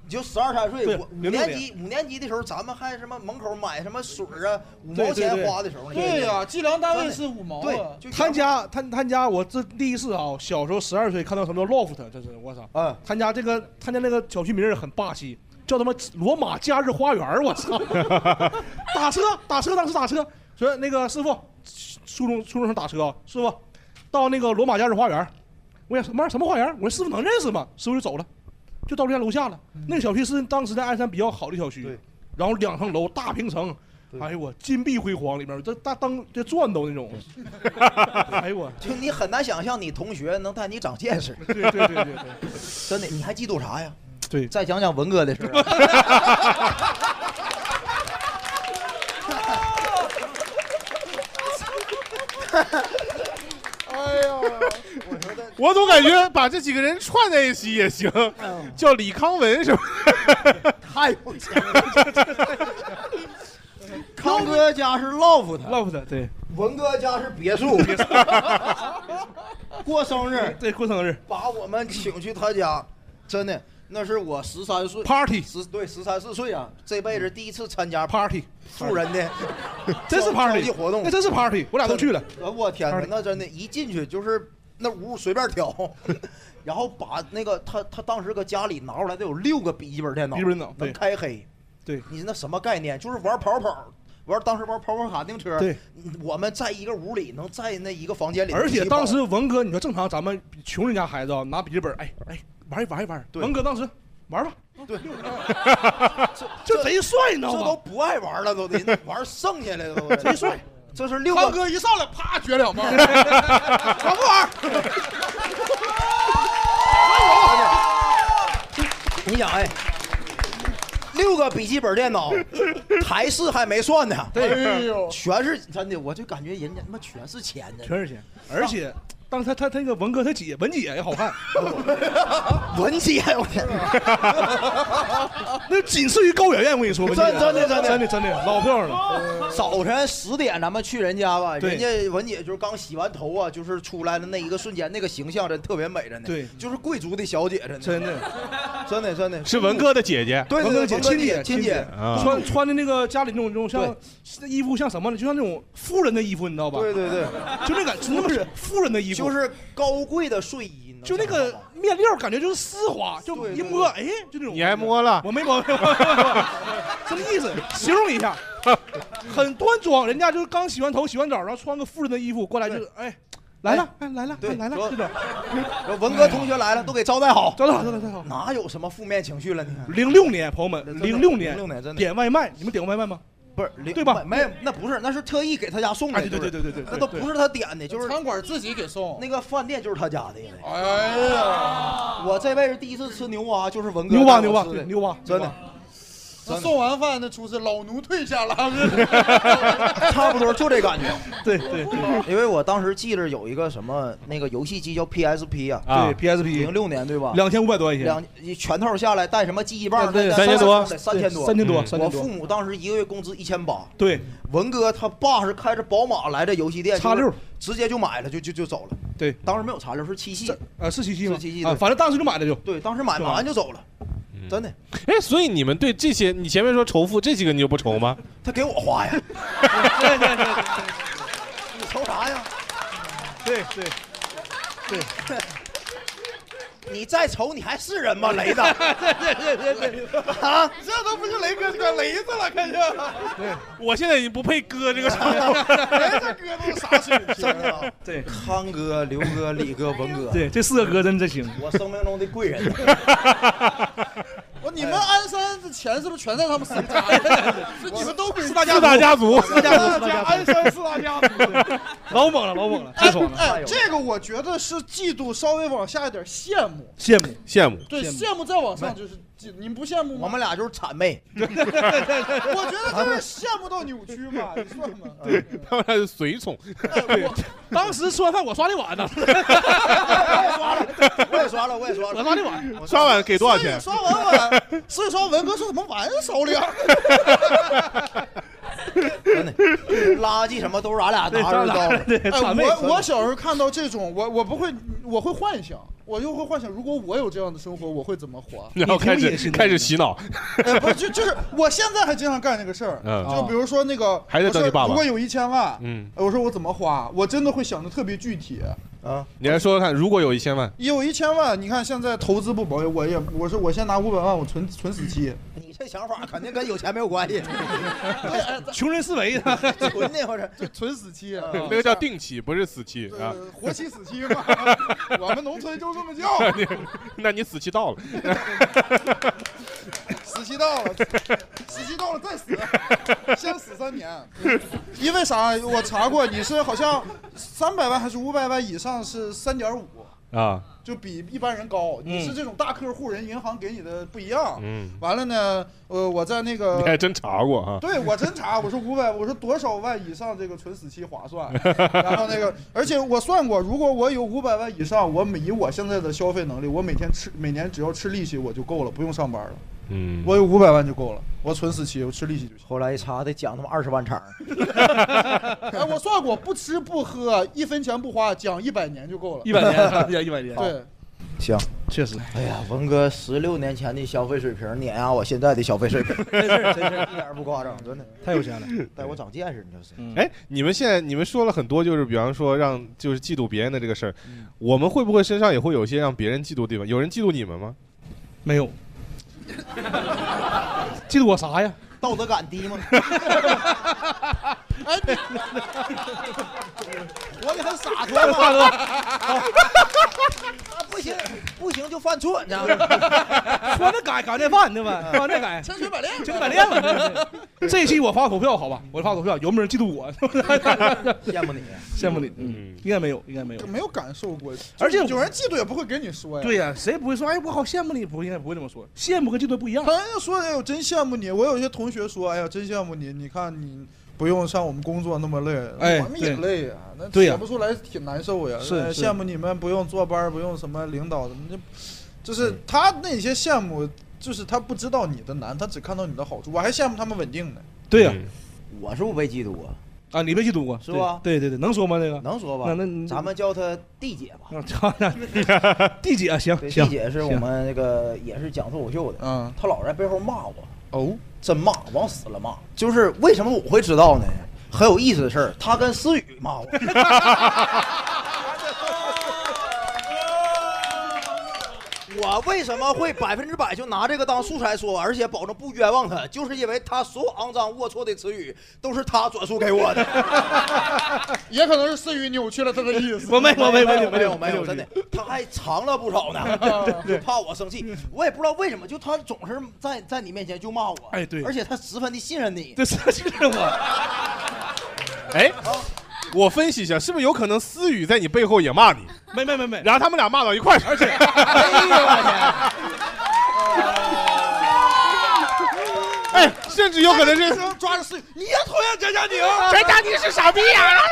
就十二三岁， 对我五零六年级五年级的时候，咱们还什么门口买什么水啊，五毛对对对钱花的时候呢。 对呀，计量单位是五毛对啊。 就他家他他家我这第一次啊，小时候十二岁看到什么叫 loft， 这是我操！ 嗯， 他家这个他家那个小区名儿很霸气，叫他妈罗马假日花园，我操！打车打车当时打车，说那个师傅，初中初中生打车啊，师傅到那个罗马假日花园，我想什么什么花园？我说师傅能认识吗？师傅就走了，就到人家楼下了。那个小区是当时在鞍山比较好的小区，然后两层楼大平层。哎呦我，金碧辉煌，里面这大灯这转都那种。哎呦我， 就你很难想象你同学能带你长见识。 对对对对对， 真的，你还嫉妒啥呀？ 对， 再讲讲文哥的事儿、啊。 哎呀， 我总感觉把这几个人串在一起也行，叫李康文是吧？ 太有钱了。康哥家是 loft，loft 对， 文哥家是别墅，过生日， 对，过生日， 把我们请去他家，真的，那是我十三岁 party， 十对十三四岁啊，这辈子第一次参加 party， 富人的， 真是 party 交际活动， 那真是 party， 我俩都去了。 我天哪，那真的，一进去就是那屋随便挑。然后把那个他他当时搁家里拿出来得有六个笔记本电脑， 笔记本电脑能开黑。 对， 你那什么概念？就是玩跑跑，玩当时玩跑跑卡丁车。 对， 我们在一个屋里，能在那一个房间里。 而且当时文哥，你说正常咱们穷人家孩子啊，拿笔记本，哎哎，玩一玩一玩。文哥当时玩吧。 对， 这就贼帅，你知道吗？ 这都不爱玩了，都得玩剩下来了，都贼帅。 这是六个。 康哥一上来，啪撅两包，玩不玩？ 你想，哎。六个笔记本电脑，台式还没算呢， 对， 全是真的，我就感觉人家他妈全是钱呢， 全是钱，而且当他他他那个文哥他姐文姐也好看， 文姐，我天， 那仅次于高圆圆，我跟你说， 真真的真的真的真的老漂亮了。 早晨十点咱们去人家吧， 对人家文姐就是刚洗完头啊，就是出来的那一个瞬间，那个形象真特别美，真的， 对， 就是贵族的小姐，真的， 真的， 真的真的是文哥的姐姐， 对对对， 亲姐亲姐， 穿穿的那个家里那种那种像衣服像什么呢？就像那种富人的衣服，你知道吧？ 对对对， 就那个那么是富人的衣服， 就是高贵的睡衣， 就那个面料感觉就是丝滑，就一摸哎，就那种。 你还摸了？ 我没摸，什么意思？形容一下，很端庄，人家就是刚洗完头、洗完澡，然后穿个富人的衣服过来，就是哎。来了，哎来了， 对来了，这种。 文哥同学来了，都给招待好， 招待好，招待好。 哪有什么负面情绪了？你看， 零六年，朋友们，零六年， 零六年真的点外卖，你们点过外卖吗？ 不是， 对吧？ 没，那不是，那是特意给他家送的。 对对对对对对， 那都不是他点的，就是餐馆自己给送。 那个饭店就是他家的。 哎呀， 我这辈子第一次吃牛蛙就是文哥牛蛙牛蛙牛蛙， 真的。 送完饭那厨师老奴退下了， 差不多就这感觉。 对对对， 因为我当时记着有一个什么那个游戏机叫 P S P 啊， 对 P S P， 零六年对吧？ 两千五百多块钱， 两全套下来带什么记忆棒， 对三千多， 三千多， 三千多。 我父母当时一个月工资一千八。 对， 文哥他爸是开着宝马来这游戏店， 叉六直接就买了，就就就走了。 对， 当时没有叉六，是七系， 呃是七系吗？ 七系啊，反正当时就买了就。 对，当时买买完就走了。真的， 哎，所以你们对这些，你前面说仇富这几个你就不愁吗？ 他给我花呀， 对对对对， 你愁啥呀？ 对对对， 你再愁你还是人吗？雷子， 对对对对对， 啊，这都不是雷哥，这个雷子了，看见？ 对，我现在已经不配哥这个称呼，雷子哥都是啥水平？ 真的， 对， 康哥、刘哥、李哥、文哥， 对，这四个哥真真行， 我生命中的贵人。 我你们鞍山的钱是不是全在他们四家？是你们都归四大四大家族， 四大家族， 鞍山四大家族， 老猛了，老猛了，太爽了！ 哎，这个我觉得是嫉妒，稍微往下一点羡慕， 羡慕， 羡慕， 对，羡慕再往上就是嫉，你们不羡慕吗？ 我们俩就是谄媚， 我觉得就是羡慕到扭曲嘛，你算吗？ 对，他们俩是随从。 对，当时吃完饭我刷的碗呢， 我也刷了，我也刷了， 我刷的碗， 刷碗给多少钱？ 刷完碗，所以说文哥说怎么碗少两？ 真的，垃圾什么都是俺俩拿着刀。 哎，我我小时候看到这种，我我不会，我会幻想， 我就会幻想，如果我有这样的生活，我会怎么活？ 然后开始开始洗脑。 呃，不就就是我现在还经常干这个事儿， 嗯就比如说那个， 还得等你爸爸。 如果有一千万， 嗯， 我说我怎么花，我真的会想的特别具体啊。 你来说说看，如果有一千万， 有一千万，你看现在投资不保，我也我说我先拿五百万，我存存死期。 你这想法肯定跟有钱没有关系， 穷人思维的，存那会儿就存死期， 那个叫定期，不是死期啊， 活期死期嘛，我们农村就这么叫。 那你死期到了， 死期到了，死期到了再死，先死三年。因为啥？我查过，你是好像三百万还是五百万以上是三点五啊， 就比一般人高。 嗯、 你是这种大客户，人银行给你的不一样。 嗯， 完了呢，呃，我在那个你还真查过啊？ 对，我真查，我说五百，我说多少万以上这个存死期划算？然后那个，而且我算过，如果我有五百万以上，我每以我现在的消费能力，我每天吃每年只要吃利息我就够了，不用上班了。 嗯， 我有五百万就够了，我存死期，我吃利息就行。 后来一查得讲他妈二十万场。 哎，我算过，不吃不喝，一分钱不花，讲一百年就够了。 一百年，讲一百年。 对， 行， 确实。 哎呀，文哥十六年前的消费水平碾压我现在的消费水平，真是真是一点不夸张，真的太有钱了， 带我长见识，你就是。 哎，你们现在你们说了很多，就是比方说让就是嫉妒别人的这个事儿，嗯、我们会不会身上也会有一些让别人嫉妒的地方？有人嫉妒你们吗？ 没有。嫉妒我啥呀？ 道德感低吗？ 哎， 活得很洒脱嘛。啊，不行不行就犯错，你知道吗？ 说那改改那犯对吧？说那改千锤百炼， 千锤百炼了。这一期我发投票好吧？我发投票，有没有人嫉妒我？ 羡慕你， 羡慕你。嗯，应该没有，应该没有， 没有感受过。 而且有人嫉妒也不会跟你说呀。 对呀，谁不会说？哎，我好羡慕你，不应该不会这么说。羡慕和嫉妒不一样。 他要说哎呦真羡慕你，我有些同学说哎呀真羡慕你，你看你不用像我们工作那么累， 哎， 我们也累呀，那写不出来挺难受呀。 是羡慕你们不用坐班，不用什么领导的，就就是他那些羡慕，就是他不知道你的难，他只看到你的好处。我还羡慕他们稳定呢。 对呀， 我是不被嫉妒过啊，你被嫉妒过是吧？ 对对对，能说吗？这个能说吧？ 那那咱们叫她弟姐吧。 弟姐行弟行。 姐是我们那个也是讲脱口秀的， 嗯， 她老在背后骂我。 哦， 真骂，往死了骂。就是为什么我会知道呢？很有意思的事儿，他跟思雨骂我。我为什么会百分之百就拿这个当素材说，而且保证不冤枉他？就是因为他所有肮脏龌龊的词语都是他转述给我的。 也可能是思雨扭曲了他的意思。 我没我没没有没有没有，真的，他还藏了不少呢，就怕我生气。我也不知道为什么，就他总是在在你面前就骂我。 哎，对， 而且他十分的信任你。 对，信任我。 哎。我分析一下，是不是有可能思雨在你背后也骂你？ 没没没没， 然后他们俩骂到一块儿， 而且， 哎呦我天！哎，甚至有可能是抓着思雨， 你也同样贾佳宁， 贾佳宁是傻逼呀！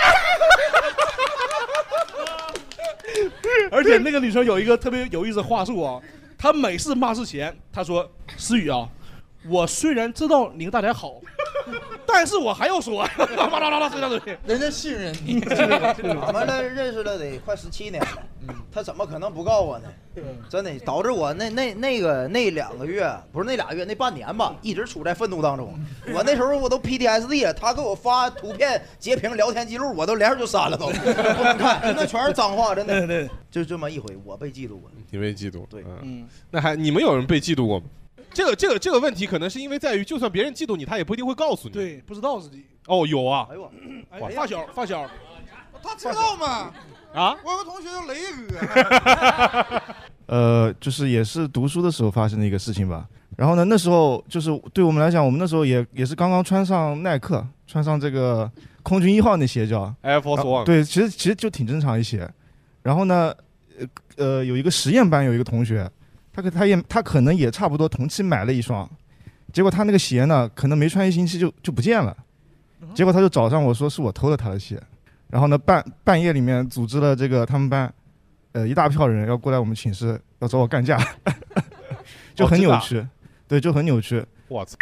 而且那个女生有一个特别有意思的话术啊，她每次骂之前，她说：“思雨啊，我虽然知道你跟大家好。”但是我还要说， 人家信任你。 我们这认识了得快十七年了，他怎么可能不告我呢？真的导致我那那那个那两个月，不是那俩月，那半年吧，一直处在愤怒当中。我那时候我都 P T S D 了，他给我发图片截屏聊天记录，我都连着就删了都，不能看，那全是脏话，真的。 对对， 就这么一回，我被嫉妒过。 你被嫉妒？ 对， 嗯，那还你们有人被嫉妒过吗？这个这个这个问题可能是因为在于，就算别人嫉妒你，他也不一定会告诉你。 对，不知道自己。 哦，有啊。 哎呦， 哇，发小发小， 他知道吗？ 啊， 我有个同学叫雷哥。 呃，就是也是读书的时候发生的一个事情吧。然后呢，那时候就是对我们来讲，我们那时候也也是刚刚穿上耐克，穿上这个空军一号那鞋叫 Air Force One。 对，其实其实就挺正常一些。然后呢，呃呃，有一个实验班有一个同学。他可他也他可能也差不多同期买了一双，结果他那个鞋呢，可能没穿一星期就就不见了，结果他就找上我说是我偷了他的鞋，然后呢半半夜里面组织了这个他们班，呃一大票人要过来我们寝室要找我干架，就很扭曲，对，就很扭曲。 我操！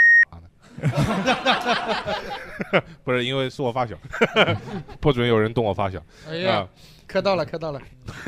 不是因为是我发小，不准有人动我发小。 哎呀， 磕到了，磕到了。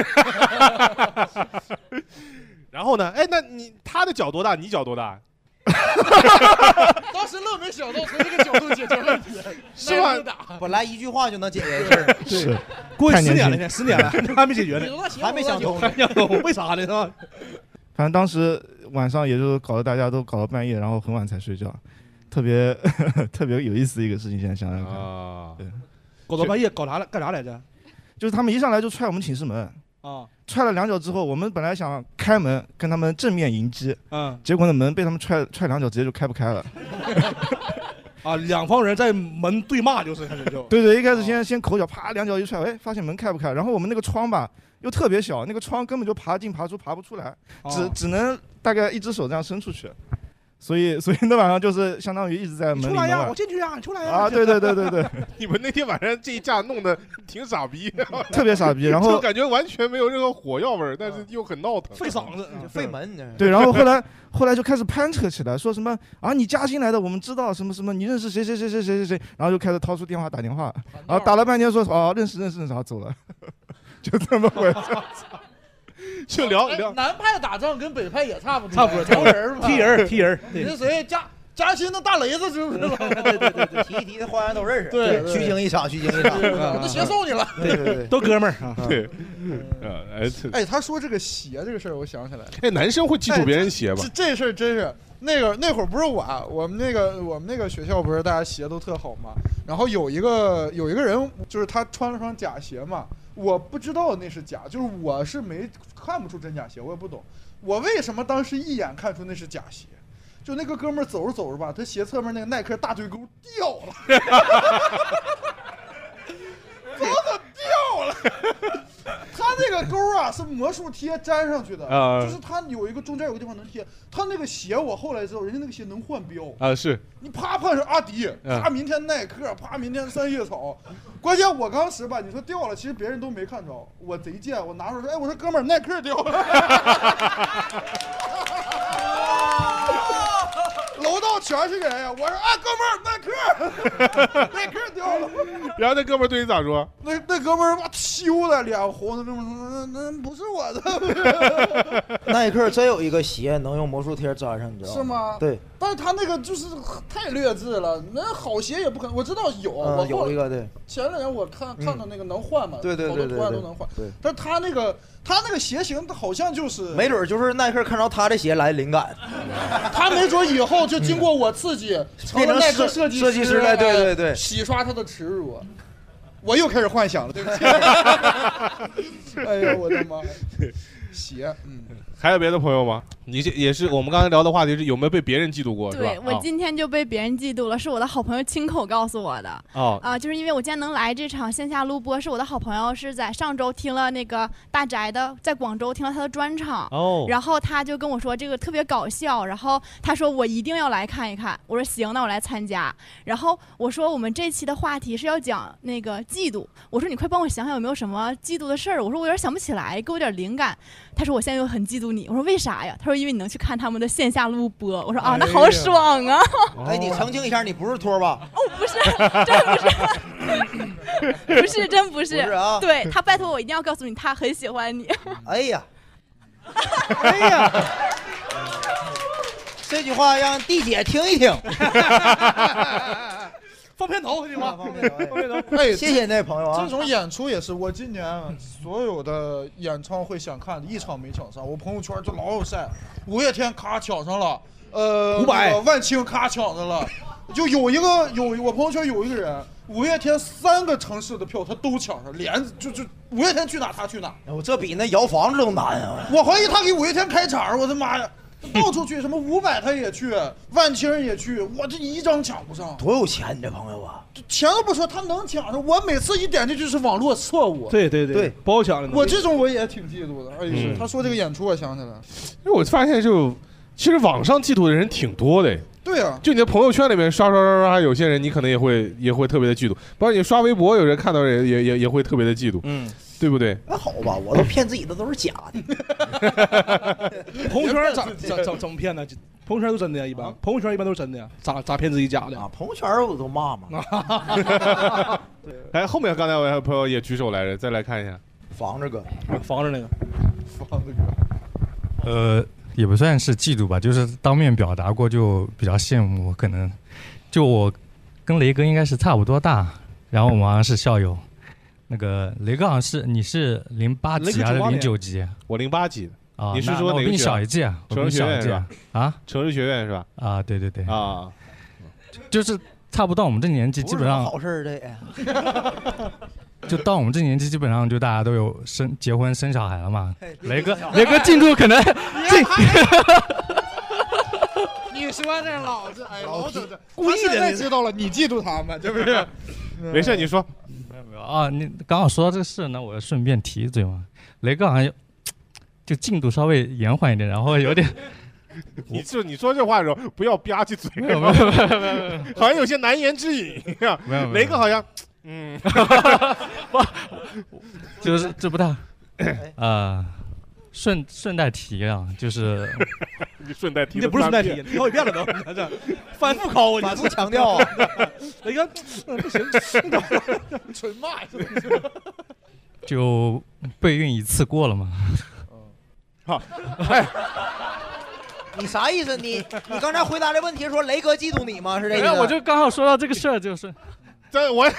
然后呢？哎，那你他的脚多大？你脚多大？ 当时愣没想到从这个角度解决问题， 是吧？ 本来一句话就能解决的事儿， 是过去十年了，现在十年了，还没解决呢， 还没想通， 还没想通，为啥呢？是吧？ 反正当时晚上也就是搞得大家都搞到半夜，然后很晚才睡觉，特别特别有意思的一个事情。现在想想看， 啊， 对， 搞到半夜搞啥了？干啥来着？ 就是他们一上来就踹我们寝室门。 啊， 踹了两脚之后，我们本来想开门跟他们正面迎击， 嗯， 结果呢门被他们踹踹两脚，直接就开不开了。 啊，两方人在门对骂，就是开始就。 对对，一开始先先口角，啪两脚一踹，哎，发现门开不开，然后我们那个窗吧又特别小，那个窗根本就爬进爬出爬不出来，只哦只能大概一只手这样伸出去。所以，所以那晚上就是相当于一直在门里出来呀！ 门外我进去呀！你出来呀！ 啊，对对对对对， 你们那天晚上这一架弄得挺傻逼， 特别傻逼，然后就感觉完全没有任何火药味儿，但是又很闹腾， 费嗓子， 费门。 对，然后后来后来就开始攀扯起来，说什么啊你加进来的，我们知道什么什么，你认识谁谁谁谁谁谁谁，然后就开始掏出电话打电话，然后打了半天说哦认识认识认识，然后走了，就这么回事。 就聊聊南派打仗跟北派也差不多， 差不多挑人嘛， 踢人踢人。 你是谁？嘉嘉兴的大雷子知不知道？ 对对对对，提一提的花样都认识。 对， 虚惊一场，虚惊一场。 我都鞋送你了。 对对对， 都哥们儿啊。 对，呃，哎， 哎，他说这个鞋这个事儿，我想起来。 哎，男生会记住别人鞋吧？ 这这事儿真是那个那会儿不是我啊，我们那个我们那个学校不是大家鞋都特好嘛，然后有一个有一个人就是他穿了双假鞋嘛。我不知道那是假，就是我是没看不出真假鞋，我也不懂。我为什么当时一眼看出那是假鞋？就那个哥们儿走着走着吧，他鞋侧面那个耐克大腿沟掉了，怎么掉了？他那个钩啊是魔术贴粘上去的， 啊、 就是他有一个中间有个地方能贴。他那个鞋我后来知道，人家那个鞋能换标啊，是你啪碰上阿迪，啪明天耐克，啪明天三叶草。关键我当时吧，你说掉了，其实别人都没看着，我贼贱，我拿出来说，哎，我说哥们儿，耐克掉了。楼道全是人呀！我说啊，哥们儿，耐克，耐克掉了。 然后那哥们儿对你咋说？ 那那哥们儿哇，羞的脸红的，那那那不是我的。 耐克真有一个鞋能用魔术贴粘上，你知道吗？ 是吗？ 对。 但是他那个就是太劣质了，那好鞋也不可能。我知道有， 嗯、 我有一个对。 前两年我看看到那个能换嘛， 对对对对， 好多图案都能换。 对。 但是他那个他那个鞋型好像就是， 没准就是耐克看着他这鞋来灵感， 他没准以后就经过我刺激，成了耐克设计设计师了，对对对， 洗刷他的耻辱。我又开始幻想了，对不起。哎呀，我的妈！鞋，嗯。 还有别的朋友吗？你这也是我们刚才聊的话题是有没有被别人嫉妒过？ 对，我今天就被别人嫉妒了，是我的好朋友亲口告诉我的。 哦， 啊、呃，就是因为我今天能来这场线下录播，是我的好朋友是在上周听了那个大宅的，在广州听了他的专场。 哦， 然后他就跟我说这个特别搞笑，然后他说我一定要来看一看。我说行，那我来参加。然后我说我们这期的话题是要讲那个嫉妒，我说你快帮我想想有没有什么嫉妒的事儿。我说我有点想不起来，给我点灵感。他说我现在又很嫉妒你。我说为啥呀？他说因为你能去看他们的线下录播。我说啊，那好爽啊！ 哎，你澄清一下，你不是托吧？ 哦，不是，真不是，不是真不是。 不是啊， 对他拜托我一定要告诉你，他很喜欢你。 哎呀，哎呀，这句话让弟姐听一听。 放片头行吗？ 放片头，放片头。 哎， 谢谢那朋友啊。 这种演出也是我今年所有的演唱会想看的，一场没抢上。我朋友圈就老有晒，五月天咔抢上了，呃， 五百、 那个、万青咔抢上了，就有一个有我朋友圈有一个人，五月天三个城市的票他都抢上，连就就五月天去哪他去哪。 我这比那摇房子都难啊！ 我怀疑他给五月天开场，我的妈呀！到处去，什么伍佰他也去，万青也去，我这一张抢不上。 多有钱，你这朋友啊！ 钱都不说，他能抢上，我每次一点进去是网络错误。 对对对，不好抢了。 我这种我也挺嫉妒的。哎呦，他说这个演出，我想起来了。 因为我发现就，其实网上嫉妒的人挺多的。 对啊， 就你的朋友圈里面刷刷刷刷，有些人你可能也会也会特别的嫉妒，包括你刷微博，有人看到也也也也会特别的嫉妒。 嗯。 对不对？ 那好吧，我都骗自己的都是假的。朋友圈咋咋怎怎么骗呢？朋友圈都真的呀，一般、啊、朋友圈一般都是真的呀，咋咋骗自己假的啊？朋友圈我都骂嘛。 哎，后面刚才我有朋友也举手来着，再来看一下。 防着哥， 防着那个， 防着哥。 呃，也不算是嫉妒吧，就是当面表达过，就比较羡慕。可能就我跟雷哥应该是差不多大，然后我们好像是校友。那个雷哥好像是你是零八级还是零九级？ 我零八级的。 啊， 你是说哪个？ 我比你小一届，我比你小一届啊？ 城市学院是吧？ 啊，对对对啊， 就是差不多我们这年纪，基本上好事的。 就到我们这年纪，基本上就大家都有生结婚生小孩了嘛。雷哥，雷哥进度可能进。 你说这老子，哎，老子这故意的， 现在知道了，你嫉妒他们，是不是？ 没事，你说。 没有没有啊，你刚好说到这个事，那我顺便提一嘴嘛。雷哥好像就进度稍微延缓一点，然后有点。 你就你说这话的时候，不要吧唧嘴， 没有没有没有没有， 好像有些难言之隐。 没有， 雷哥好像，嗯， 就是这不大，啊，顺顺带提啊，就是你顺带提， 这不是顺带提，挑一遍了都，这反复考我， 反复强调啊。 雷哥不行， 纯骂就备孕一次过了嘛。 好，哎。 你啥意思？你你刚才回答的问题说雷哥嫉妒你吗？是这个？ 我就刚好说到这个事儿，就是， 这我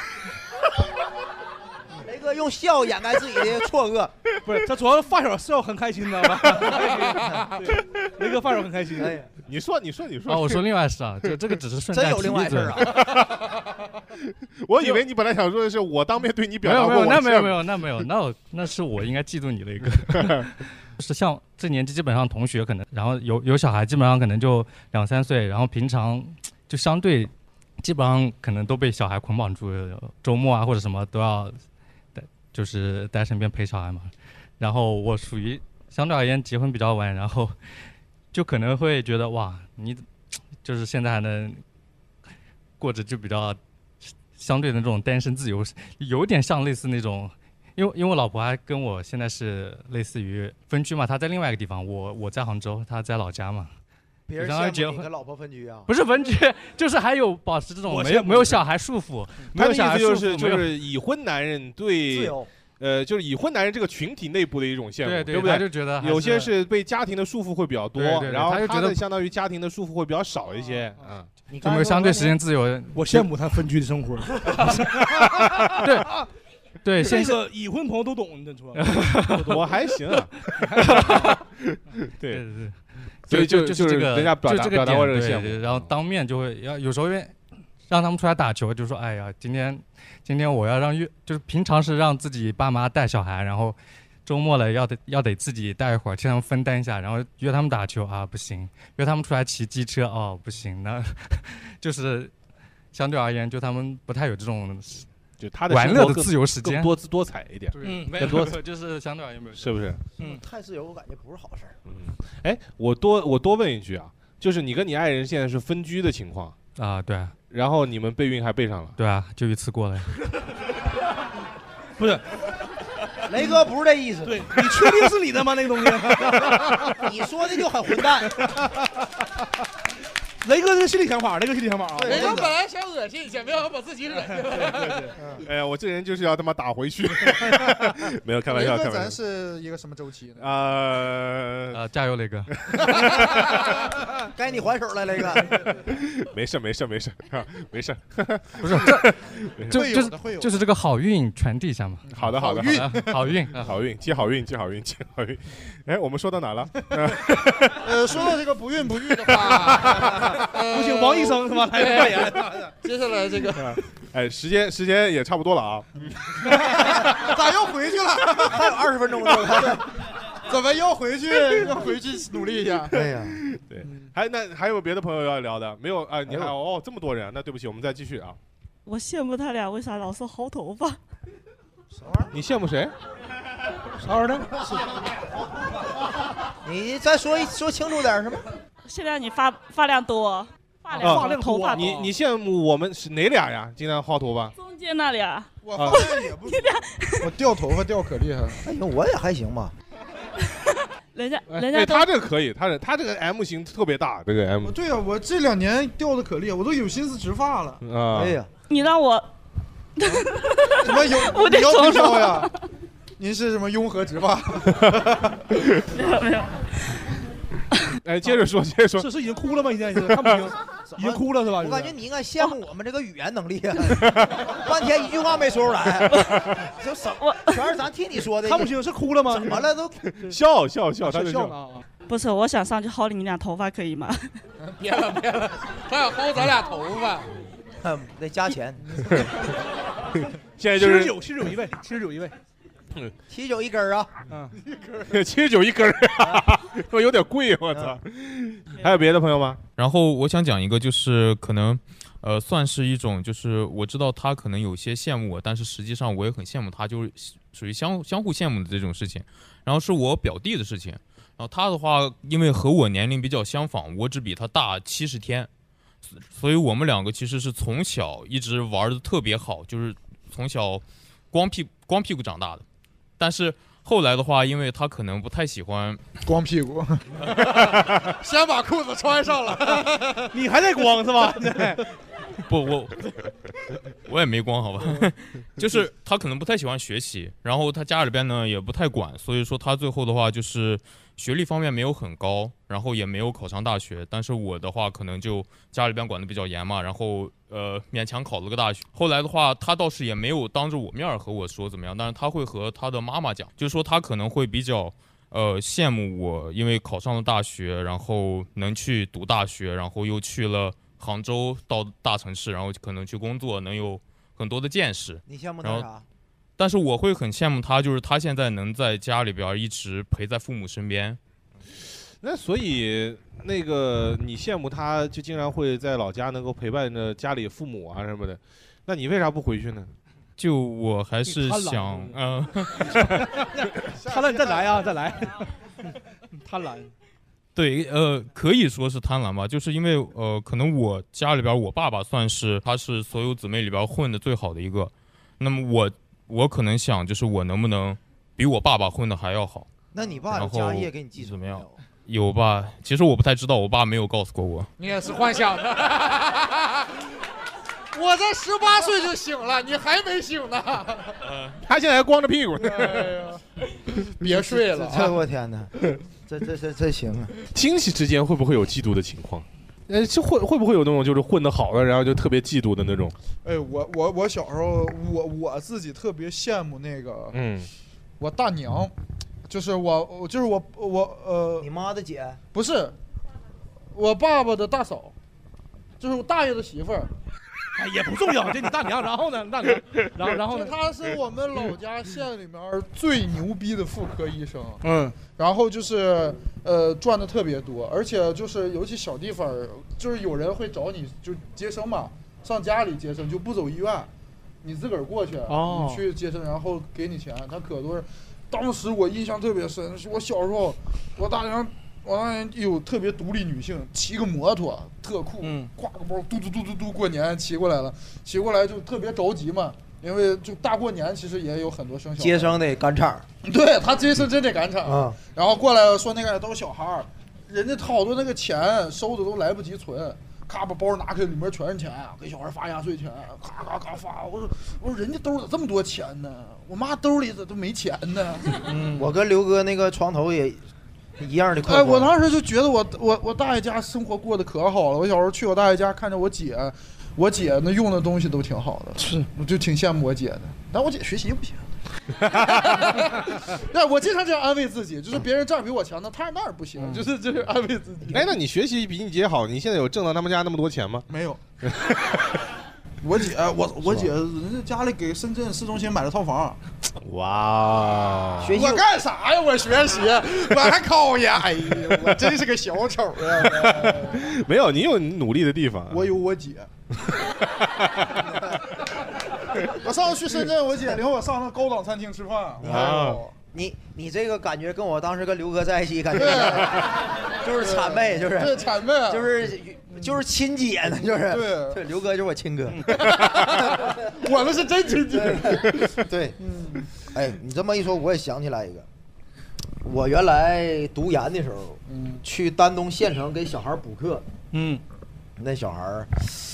雷哥用笑掩盖自己的错愕， 不是，他主要发小笑很开心，知道吧？雷哥发小很开心。 哎，你说，你说，你说。 啊，我说另外事啊，就这个只是顺带提一嘴。 真有另外事啊！ 我以为你本来想说的是我当面对你表达过， 没有，那没有，没有，那没有，那我那是我应该嫉妒你的一个。是像这年纪基本上同学可能，然后有有小孩基本上可能就两三岁，然后平常就相对基本上可能都被小孩捆绑住，周末啊或者什么都要带，就是在身边陪小孩嘛。然后我属于相对而言结婚比较晚，然后就可能会觉得哇，你就是现在还能过着就比较相对的那种单身自由，有点像类似那种。因为因为我老婆还跟我现在是类似于分居嘛，她在另外一个地方，我我在杭州，她在老家嘛。 别人羡慕你跟老婆分居啊？ 不是分居，就是还有保持这种没有没有小孩束缚。 他的意思就是就是已婚男人对自由， 呃，就是已婚男人这个群体内部的一种羡慕， 对对不对？ 他就觉得有些是被家庭的束缚会比较多， 对对对然后他就觉得相当于家庭的束缚会比较少一些啊。 就没有相对时间自由。 我羡慕他分居的生活。 对。对， 这个已婚朋友都懂，你说， 我还行啊。对对对，所以就就是这个， 人家表达表达过这个羡慕， 然后当面就会要有时候让他们出来打球，就说哎呀，今天今天我要让月，就是平常是让自己爸妈带小孩，然后周末了要得要得自己带一会儿，替他们分担一下，然后约他们打球啊不行，约他们出来骑机车哦不行，那就是相对而言，就他们不太有这种。 就他的玩乐的自由时间多姿多彩一点， 嗯，没有，就是相对而言没有， 是不是？ 嗯，太自由我感觉不是好事儿。 嗯，哎，我多我多问一句啊，就是你跟你爱人现在是分居的情况啊？对。 然后你们备孕还备上了？ 对啊，就一次过了。 不是， 雷哥不是这意思。 对，你确定是你的吗？那个东西？ 你说的就很混蛋。 雷哥这个心理想法，雷哥心理想法啊！ 雷哥本来想恶心，想没想到把自己恶心了。 对对对，哎呀，我这人就是要他妈打回去。没有开玩笑，开玩笑。 咱是一个什么周期呢？ 呃呃，加油，雷哥！ 该你还手了，雷哥。 没事没事没事没事， 不是这就就是就是这个好运传递一下嘛。 好的好的， 好运好运接好运接好运接好运。哎，我们说到哪了？ 呃，说到这个不孕不育的话。 不行，王医生是吧？来代言。 接下来这个， 哎，时间时间也差不多了啊。 咋又回去了？ 还有二十分钟呢。 怎么又回去？要回去努力一下。 哎呀， 对，还那还有别的朋友要聊的没有啊？你还有哦，这么多人，那对不起，我们再继续啊。 我羡慕他俩为啥老是薅头发？ 啥玩意儿？ 你羡慕谁？ 啥玩意儿？ 你再说一说清楚点什么？ 现在你发发量多，发量发量头发多。 你你羡慕我们是哪俩呀？经常薅头发？ 中间那俩。 我发量也不，我掉头发掉可厉害了。 哎呀，我也还行吧。 人家哎人家他这个可以，他这他这个 M 型特别大，这个 M。 对呀，我这两年掉的可厉害，我都有心思植发了。 啊， 哎呀， 你让我怎么有？ 我得你要不挑呀？ 您是什么雍和执法？ 没有没有。 哎，接着说，接着说， 是是已经哭了吗？已经已经看不清，已经哭了是吧？ 我感觉你应该羡慕我们这个语言能力啊，半天一句话没说出来，就什么全是咱替你说的。 看不清是哭了吗？ 怎么了都？ 笑笑笑，他就笑笑。 不是，我想上去薅你俩头发，可以吗？ 别了别了，他想薅咱俩头发， 嗯，得加钱。 现在就是七十九，七十九一位，七十九一位。 七十九一根儿啊， 嗯， 七十九一根儿，说有点贵，我操！还有别的朋友吗？ 然后我想讲一个，就是可能，呃，算是一种，就是我知道他可能有些羡慕我，但是实际上我也很羡慕他，就是属于相相互羡慕的这种事情。然后是我表弟的事情，然后他的话，因为和我年龄比较相仿，我只比他大七十天，所以我们两个其实是从小一直玩的特别好，就是从小光屁光屁股长大的。但是后来的话，因为他可能不太喜欢光屁股， 先把裤子穿上了， 你还在光是吧？ 不，我我也没光，好吧？就是他可能不太喜欢学习，然后他家里边呢也不太管，所以说他最后的话就是学历方面没有很高，然后也没有考上大学。但是我的话可能就家里边管得比较严嘛，然后呃勉强考了个大学。后来的话，他倒是也没有当着我面和我说怎么样，但是他会和他的妈妈讲，就是说他可能会比较呃羡慕我，因为考上了大学，然后能去读大学，然后又去了杭州到大城市，然后可能去工作，能有很多的见识。 你羡慕他啥？ 但是我会很羡慕他，就是他现在能在家里边一直陪在父母身边。 那所以那个你羡慕他，就经常会在老家能够陪伴着家里父母啊什么的，那你为啥不回去呢？ 就我还是想，嗯， 贪婪，再来啊，再来，贪婪。 对，呃，可以说是贪婪吧，就是因为呃，可能我家里边我爸爸算是他是所有姊妹里边混的最好的一个，那么我我可能想就是我能不能比我爸爸混的还要好？ 那你爸有家业给你继承怎么样？有吧？其实我不太知道，我爸没有告诉过我。 你也是幻想的。我这十八岁就醒了，你还没醒呢。 他现在还光着屁股。 哎呀，别睡了、啊！ 这我天哪，这这这这行啊！ 亲戚之间会不会有嫉妒的情况？呃，这会会不会有那种就是混得好的，然后就特别嫉妒的那种？ 哎，我我我小时候，我我自己特别羡慕那个， 嗯， 我大娘，就是我，就是我我呃， 你妈的姐不是，我爸爸的大嫂，就是我大爷的媳妇儿。 哎，也不重要，这你大娘，然后呢，大娘，然后然后呢？ 他是我们老家县里面最牛逼的妇科医生， 嗯， 然后就是呃赚的特别多，而且就是尤其小地方，就是有人会找你就接生嘛，上家里接生就不走医院，你自个儿过去， 哦， 你去接生，然后给你钱，他可多。当时我印象特别深，我小时候，我大娘。我大娘有特别独立女性，骑个摩托特酷，嗯，挎个包，嘟嘟嘟嘟嘟，过年骑过来了，骑过来就特别着急嘛，因为就大过年，其实也有很多生小孩。 接生得赶场， 对他接生真得赶场啊、嗯。 然后过来说那个都是小孩儿，人家好多那个钱收的都来不及存，咔把包拿开，里面全是钱，给小孩发压岁钱，咔咔咔发。我说我说人家兜里这么多钱呢，我妈兜里咋都没钱呢？ 嗯，我跟刘哥那个床头也。一样的。 哎，我当时就觉得我我我大爷家生活过得可好了。我小时候去我大爷家，看着我姐，我姐那用的东西都挺好的，是，我就挺羡慕我姐的。但我姐学习不行。对，我经常这样安慰自己，就是别人这儿比我强，那他那儿不行，嗯、就是就是安慰自己。 哎，那你学习比你姐好，你现在有挣到他们家那么多钱吗？ 没有。我姐，我我姐，人家家里给深圳市中心买了套房。 哇！ 学习我干啥呀？我学习，我还考研。哎呀，我真是个小丑啊！ 没有，你有努力的地方。 我有我姐。我上次去深圳，我姐领我上那高档餐厅吃饭。 啊！你你这个感觉跟我当时跟刘哥在一起感觉就是谄媚，就是对谄媚， 就是就是亲姐呢，就是对对刘哥就是我亲哥， 我那是真亲姐。 对，嗯，哎，你这么一说，我也想起来一个，我原来读研的时候，嗯，去丹东县城给小孩补课， 嗯， 那小孩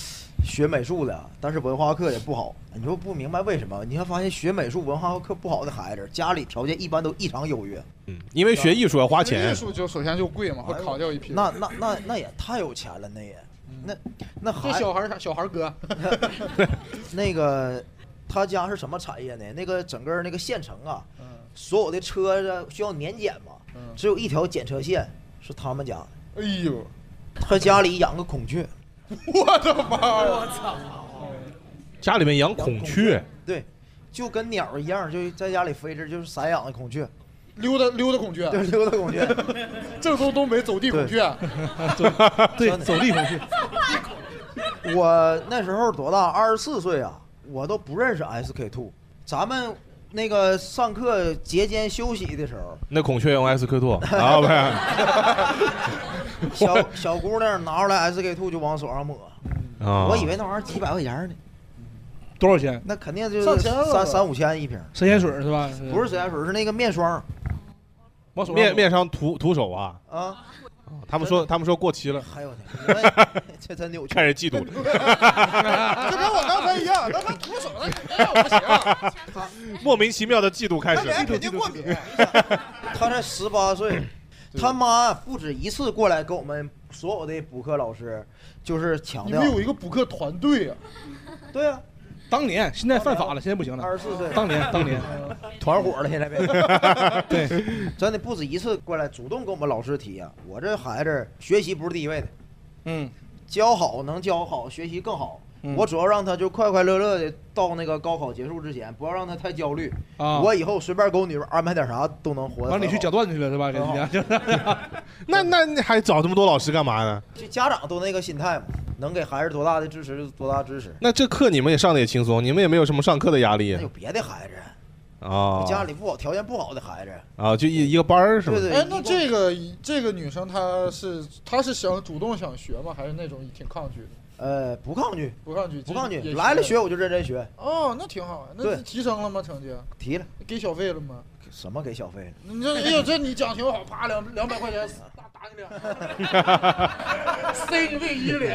学美术的，但是文化课也不好。你说不明白为什么？你会发现学美术文化课不好的孩子，家里条件一般都异常优越。 嗯，因为学艺术要花钱。 艺术就首先就贵嘛，会考掉一批。 那那那那也太有钱了，那也，那那这小孩啥？小孩哥。 那个他家是什么产业呢？那个整个那个县城啊，所有的车子需要年检嘛，只有一条检测线是他们家的。 哎呦， 他家里养个孔雀。 我的妈呀！ 我操！ 家里面养孔雀， 对，就跟鸟一样，就在家里飞着，就是散养的孔雀， 溜达溜达孔雀， 对，溜达孔雀， 正宗东北走地孔雀， 对，走地孔雀。 我那时候多大？二十四岁啊，我都不认识 S K two。咱们那个上课节间休息的时候， 那孔雀用 S K two 啊，不是。 小小姑娘拿出来 S K two 就往手上抹， 啊、 我以为那玩意儿几百块钱呢。 多少钱？ 那肯定就是三三五千一瓶。 神仙水是吧？ 不是神仙水，是那个面霜。 往手上面面上涂涂手啊？ 啊。 他们说他们说过期了。 哎呦我天！这真扭曲。 开始嫉妒。 就跟我刚才一样，他妈涂手那不行。 莫名其妙的嫉妒开始。 他肯定过敏。 他才十八岁。他妈不止一次过来跟我们所有的补课老师，就是强调。 你们有一个补课团队啊？ 对啊， 当年现在犯法了，现在不行了。 二十四岁。 当年当年团伙了，现在变。 对， 真的不止一次过来主动跟我们老师提啊，我这孩子学习不是第一位的， 嗯， 教好能教好，学习更好。 嗯、 我主要让他就快快乐乐的到那个高考结束之前，不要让他太焦虑。 啊， 我以后随便给我女儿安排点啥都能活得。 让你去讲段子去了是吧？ 那那你还找这么多老师干嘛呢？ 就家长都那个心态嘛，能给孩子多大的支持就多大支持。 那这课你们也上的也轻松，你们也没有什么上课的压力。 那有别的孩子。 哦， 家里不好，条件不好的孩子啊，就一一个班儿是吧？ 对对。 哎，那这个这个女生她是她是想主动想学吗？还是那种挺抗拒的？ 呃，不抗拒， 不抗拒， 不抗拒，来了学我就认真学。 哦，那挺好，那提升了吗？成绩？ 提了。 给小费了吗？ 什么给小费？ 你这哎呦，这你讲挺好，啪两两百块钱打打你俩，塞你卫衣里。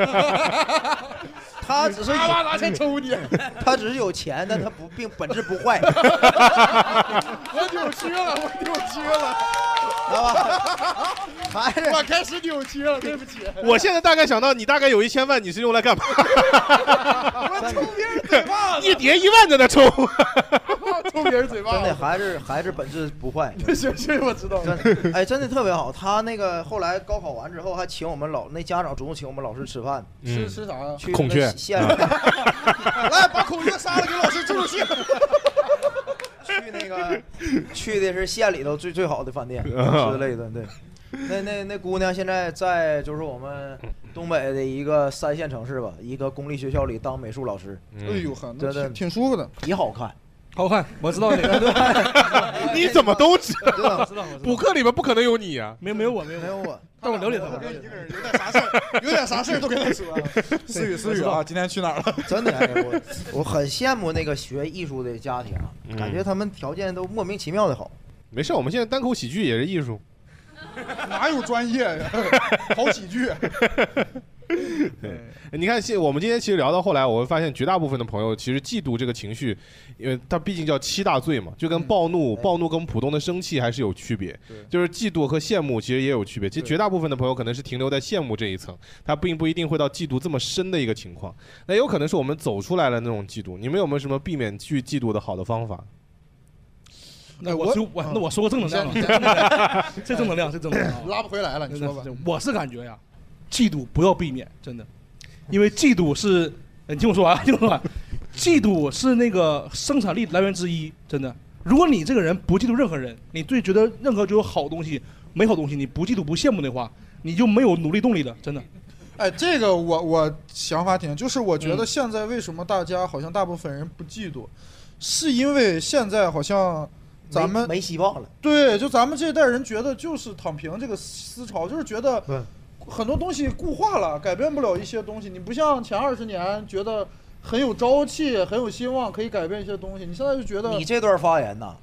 他只是啪拿钱抽你， 他只是有钱，但他不并本质不坏。 我扭曲了，我扭曲了， 知道吧？还是我开始扭曲了，对不起。 我现在大概想到，你大概有一千万，你是用来干嘛？ 我抽别人嘴巴， 一叠一万在那抽， 抽别人嘴巴。 真的，还是还是本质不坏。 行行，我知道了。 哎，真的特别好。他那个后来高考完之后，还请我们老那家长主动请我们老师吃饭， 吃吃啥呀？ 去孔雀。 县来把孔雀杀了，给老师助助兴。 去那个去的是县里头最最好的饭店之类的，对。那那那姑娘现在在就是我们东北的一个三线城市吧，一个公立学校里当美术老师。 哎呦呵， 真的挺舒服的， 也好看。 好看，我知道那个。 你怎么都知道？知道，知道。 补课里面不可能有你啊！ 没有，没有我，没有， 没有我。 但我了解他。 我跟一个人有点啥事儿，有点啥事儿都跟他说。思雨，思雨啊，今天去哪儿了？ 真的，我我很羡慕那个学艺术的家庭，感觉他们条件都莫名其妙的好。 没事，我们现在单口喜剧也是艺术。 哪有专业呀？好喜剧。 对，你看，现我们今天其实聊到后来，我会发现绝大部分的朋友其实嫉妒这个情绪，因为它毕竟叫七大罪嘛，就跟暴怒、嗯、暴怒跟普通的生气还是有区别，就是嫉妒和羡慕其实也有区别。其实绝大部分的朋友可能是停留在羡慕这一层，他并不一定会到嫉妒这么深的一个情况。那有可能是我们走出来了那种嫉妒。你们有没有什么避免去嫉妒的好的方法？ 那我就我那我说个正能量吧，这正能量，这正能量拉不回来了，你说吧。 我是感觉呀，嫉妒不要避免，真的，因为嫉妒是，你听我说完，听我说完，嫉妒是那个生产力来源之一，真的。如果你这个人不嫉妒任何人，你对觉得任何就有好东西、美好东西，你不嫉妒不羡慕的话，你就没有努力动力了，真的。 哎，这个我我想法挺，就是我觉得现在为什么大家好像大部分人不嫉妒，是因为现在好像。咱们没, 没希望了， 对，就咱们这一代人觉得就是躺平这个思潮，就是觉得很多东西固化了，改变不了一些东西。你不像前二十年觉得很有朝气、很有希望，可以改变一些东西。你现在就觉得你这段发言呐，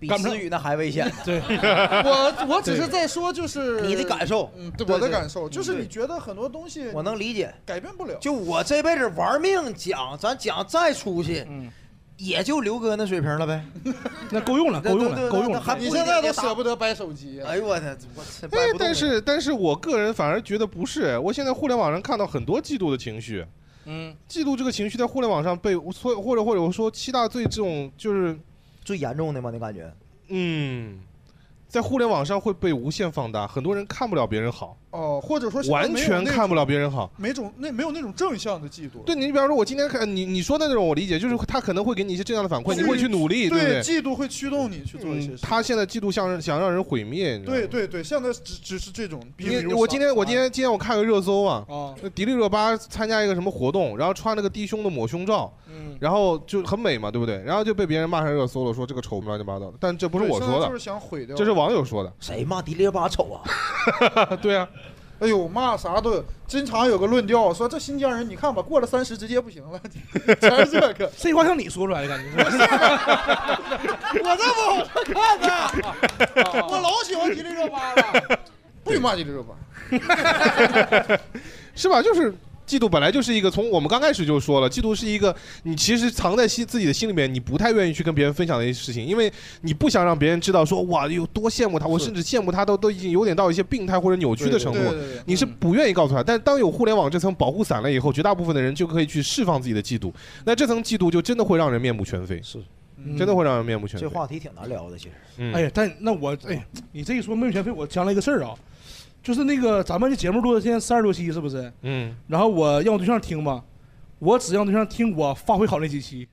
比思雨那还危险。 对， 我我只是在说，就是你的感受， 嗯，对我的感受就是你觉得很多东西我能理解， 改变不了。 就我这辈子玩命讲，咱讲再出息， 嗯， 也就刘哥那水平了呗。 那够用了，够用了，够用了。 你现在都舍不得掰手机。 哎呦我的，我哎，但是但是我个人反而觉得不是，我现在互联网上看到很多嫉妒的情绪。 嗯， 嫉妒这个情绪在互联网上被所或者或者我说七大罪这种就是最严重的吗？你感觉？ 嗯，在互联网上会被无限放大，很多人看不了别人好。 哦，或者说完全看不了别人好， 没种那没有那种正向的嫉妒。 对你，比方说，我今天看你你说的那种，我理解，就是他可能会给你一些正向的反馈，你会去努力，对不对？ 嫉妒会驱动你去做一些事。 他现在嫉妒像想让人毁灭。 对对对，现在只只是这种。 你我今天我今天今天我看个热搜啊，那迪丽热巴参加一个什么活动，然后穿那个低胸的抹胸罩，然后就很美嘛，对不对？然后就被别人骂上热搜了，说这个丑乱七八糟的。但这不是我说的， 就是想毁掉。 这是网友说的。 谁骂迪丽热巴丑啊？ 对啊。 哎呦，骂啥都有，经常有个论调说这新疆人，你看吧，过了三十直接不行了，全是这个。 这话像你说出来的感觉。 我在网上看的，我老喜欢迪丽热巴了，不许骂迪丽热巴， 是吧？就是。嫉妒本来就是一个，从我们刚开始就说了，嫉妒是一个你其实藏在心自己的心里面，你不太愿意去跟别人分享的一些事情，因为你不想让别人知道说哇有多羡慕他，我甚至羡慕他都都已经有点到一些病态或者扭曲的程度，你是不愿意告诉他。但是当有互联网这层保护伞了以后，绝大部分的人就可以去释放自己的嫉妒，那这层嫉妒就真的会让人面目全非， 是， 真的会让人面目全非。 这话题挺难聊的，其实。 嗯、 哎呀，但那我哎，你这一说面目全非，我想了一个事儿啊。就是那个咱们这节目录的现在三十多期是不是？ 嗯。 然后我让我对象听嘛，我只让对象听我发挥好那几期。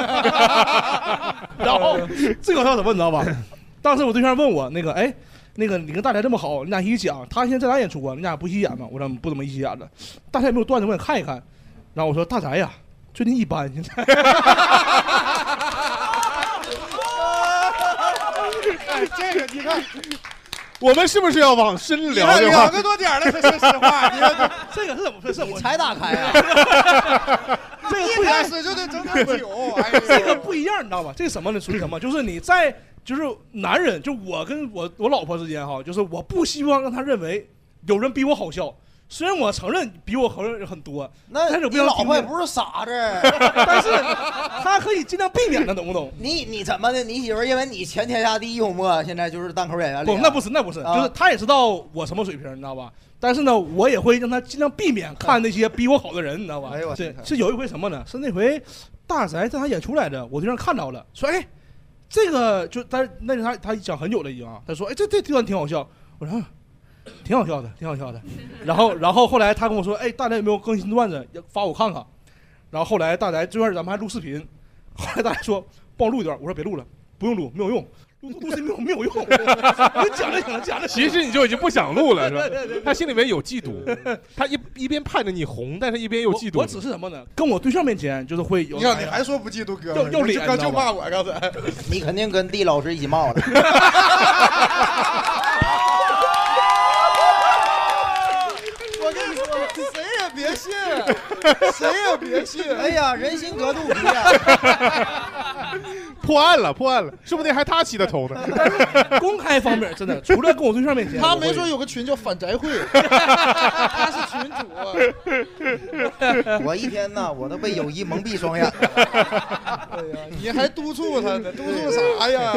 然后最搞笑什么你知道吧？当时我对象问我那个，哎，那个你跟大宅这么好，你俩一起讲，他现在在哪演出啊？你俩不一起演吗？我说不怎么一起演了。大宅有没有段子我想看一看。然后我说大宅呀，最近一般现在。 哎，这个你看。 我们是不是要往深聊？ 两个多点了，说实话，你看这个是怎么回事？ 我才打开啊！ 这个一开始就得整点酒， 这个不一样，你知道吧？这什么呢？属于什么？就是你在，就是男人，就我跟我我老婆之间哈，就是我不希望让他认为有人比我好笑。虽然我承认比我好人很多， 那但是你老婆也不是傻子， 但是他可以尽量避免的，懂不懂？ 你你怎么的？你媳妇因为你全天下第一幽默，现在就是单口演员里、啊。 不，那不是，那不是，啊、就是他也知道我什么水平，你知道吧？但是呢，我也会让他尽量避免看那些比我好的人，你知道吧？ 哎呦， 是是有一回什么呢？是那回大宅在他演出来着，我对象看着了，说哎，这个就他那是他他讲很久了已经啊，他说哎这这段挺好笑，我说。挺好笑的，挺好笑的。然后，然后后来他跟我说：“哎，大宅有没有更新段子？发我看看。”然后后来大宅最开始咱们还录视频，后来大宅说：“帮我录一段。”我说：“别录了，不用录，没有用，录录视频没有没有用。”我讲着讲着讲着， 其实你就已经不想录了，是吧？ 对对对， 他心里面有嫉妒，他一一边盼着你红，但是一边又嫉妒。 我只是什么呢？跟我对象面前就是会有。 你看，你还说不嫉妒哥？ 要要脸， 刚就骂我刚才。 你肯定跟地老师一起骂我了。 别信，谁也别信。 哎呀，人心隔肚皮啊！ 破案了，破案了，说不定还他起的头呢。 公开方面真的，除了跟我对象面前， 他没说有个群叫反宅会，他是群主。 我一天呐，我都被友谊蒙蔽双眼。 哎呀，你还督促他呢？督促啥呀？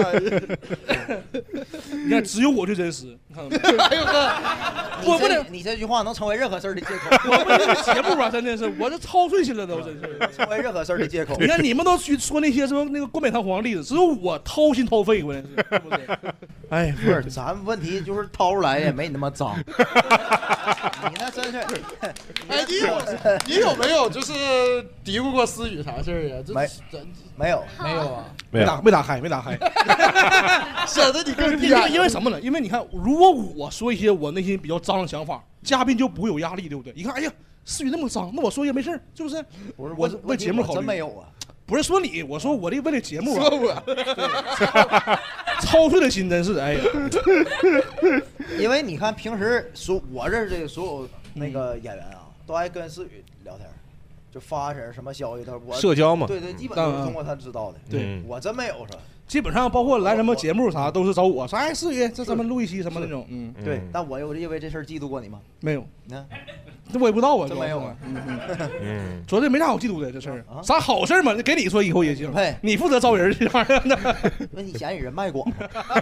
你看，只有我最真实。你看到没？ 哎呦呵，我不能，你这句话能成为任何事儿的借口。 我不能节目吧，真的是，我这操碎心了都，真是成为任何事儿的借口。 你看你们都去说那些什么那个冠冕堂皇的例子，只有我掏心掏肺，关键是，是不是？哎， 不是，咱问题就是掏出来也没你那么脏。你那真是， 哎，你有你有没有就是嘀咕过思雨啥事儿呀？ 没，没有， 没有啊， 没打没打开，没打开， 显得你更低。 因为什么呢？因为你看，如果我说一些我内心比较脏的想法，嘉宾就不会有压力，对不对？一看，哎呀，思雨那么脏，那我说也没事，是不是？ 不是， 我为节目考虑。 真没有啊。 不是说你，我说我这为了节目啊，说我操碎了心，真是哎呀！ 因为你看平时所我认识的所有那个演员啊，都爱跟思雨聊天， 就发点什么消息的，我社交嘛对对，基本都是通过他知道的。 对， 我真没有是吧？ 基本上包括来什么节目啥都是找我，说哎思雨，这咱们录一期什么那种，嗯， 对。但我有因为这事儿嫉妒过你吗？ 没有， 你看， 这我也不知道啊， 真没有啊。 嗯， 主要这没啥好嫉妒的这事儿，啥好事嘛，给你说以后也行。你负责招人这玩意儿的。 那你嫌你人脉广吗？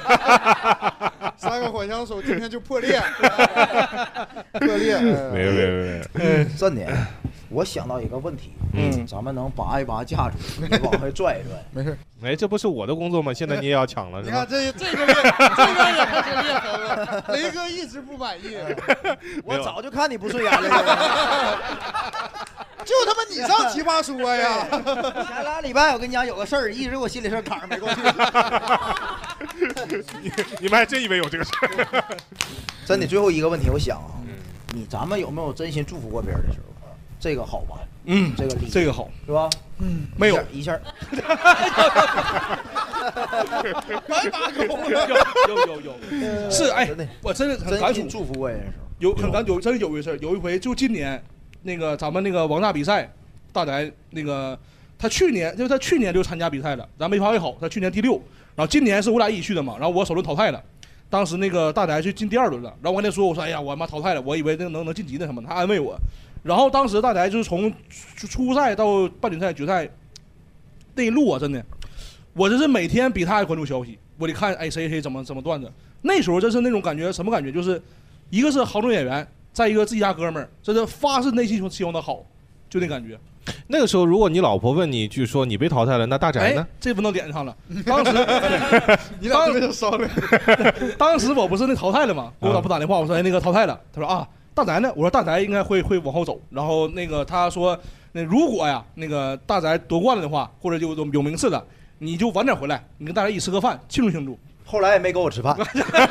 三个火枪手今天就破裂，破裂。 没有没有没有。 嗯，真的。我想到一个问题， 嗯， 咱们能拔一拔架子，往回拽一拽。 没事。 哎，这不是我的工作吗？现在你也要抢了，是吧？ 你看这这个裂，这个也开始裂痕了。雷哥一直不满意， 我早就看你不顺眼了。 就他妈你上奇葩说呀！ 前俩礼拜我跟你讲有个事儿，一直我心里是坎儿没过去。 你你们还真以为有这个事儿？ 真的，最后一个问题，我想啊，你咱们有没有真心祝福过别人的时候？这个好吧？ 嗯， 这个理这个好是吧？ 嗯，没有一下。 白把狗有有有有，是哎，我真的很感触， 祝福过人的时候， 有很感有真有一事儿，有一回就今年那个咱们那个王大比赛，大宅那个他去年就是他去年就参加比赛了，咱没发挥好，他去年第六，然后今年是我俩一起去的嘛，然后我首轮淘汰了。当时那个大宅去进第二轮了，然后我跟他说，我说哎呀，我他妈淘汰了，我以为那能能晋级那什么，他安慰我。然后当时大宅就是从初赛到半决赛、决赛那一路啊，真的，我真是每天比他还关注消息，我得看哎谁谁怎么怎么段子。那时候真是那种感觉，什么感觉？就是一个是杭州演员，再一个自己家哥们儿，真的发自内心希望他好，就那感觉。 那个时候，如果你老婆问你一句说你被淘汰了，那大宅呢？ 哎、这不能点上了。当时你俩这就商量。 当时我不是那淘汰了吗？给我老婆打电话，我说哎那个淘汰了，他说啊。大宅呢？我说大宅应该会会往后走。然后那个他说，那如果呀，那个大宅夺冠了的话，或者就有名次的，你就晚点回来，你跟大宅一起吃个饭，庆祝庆祝。 后来也没跟我吃饭。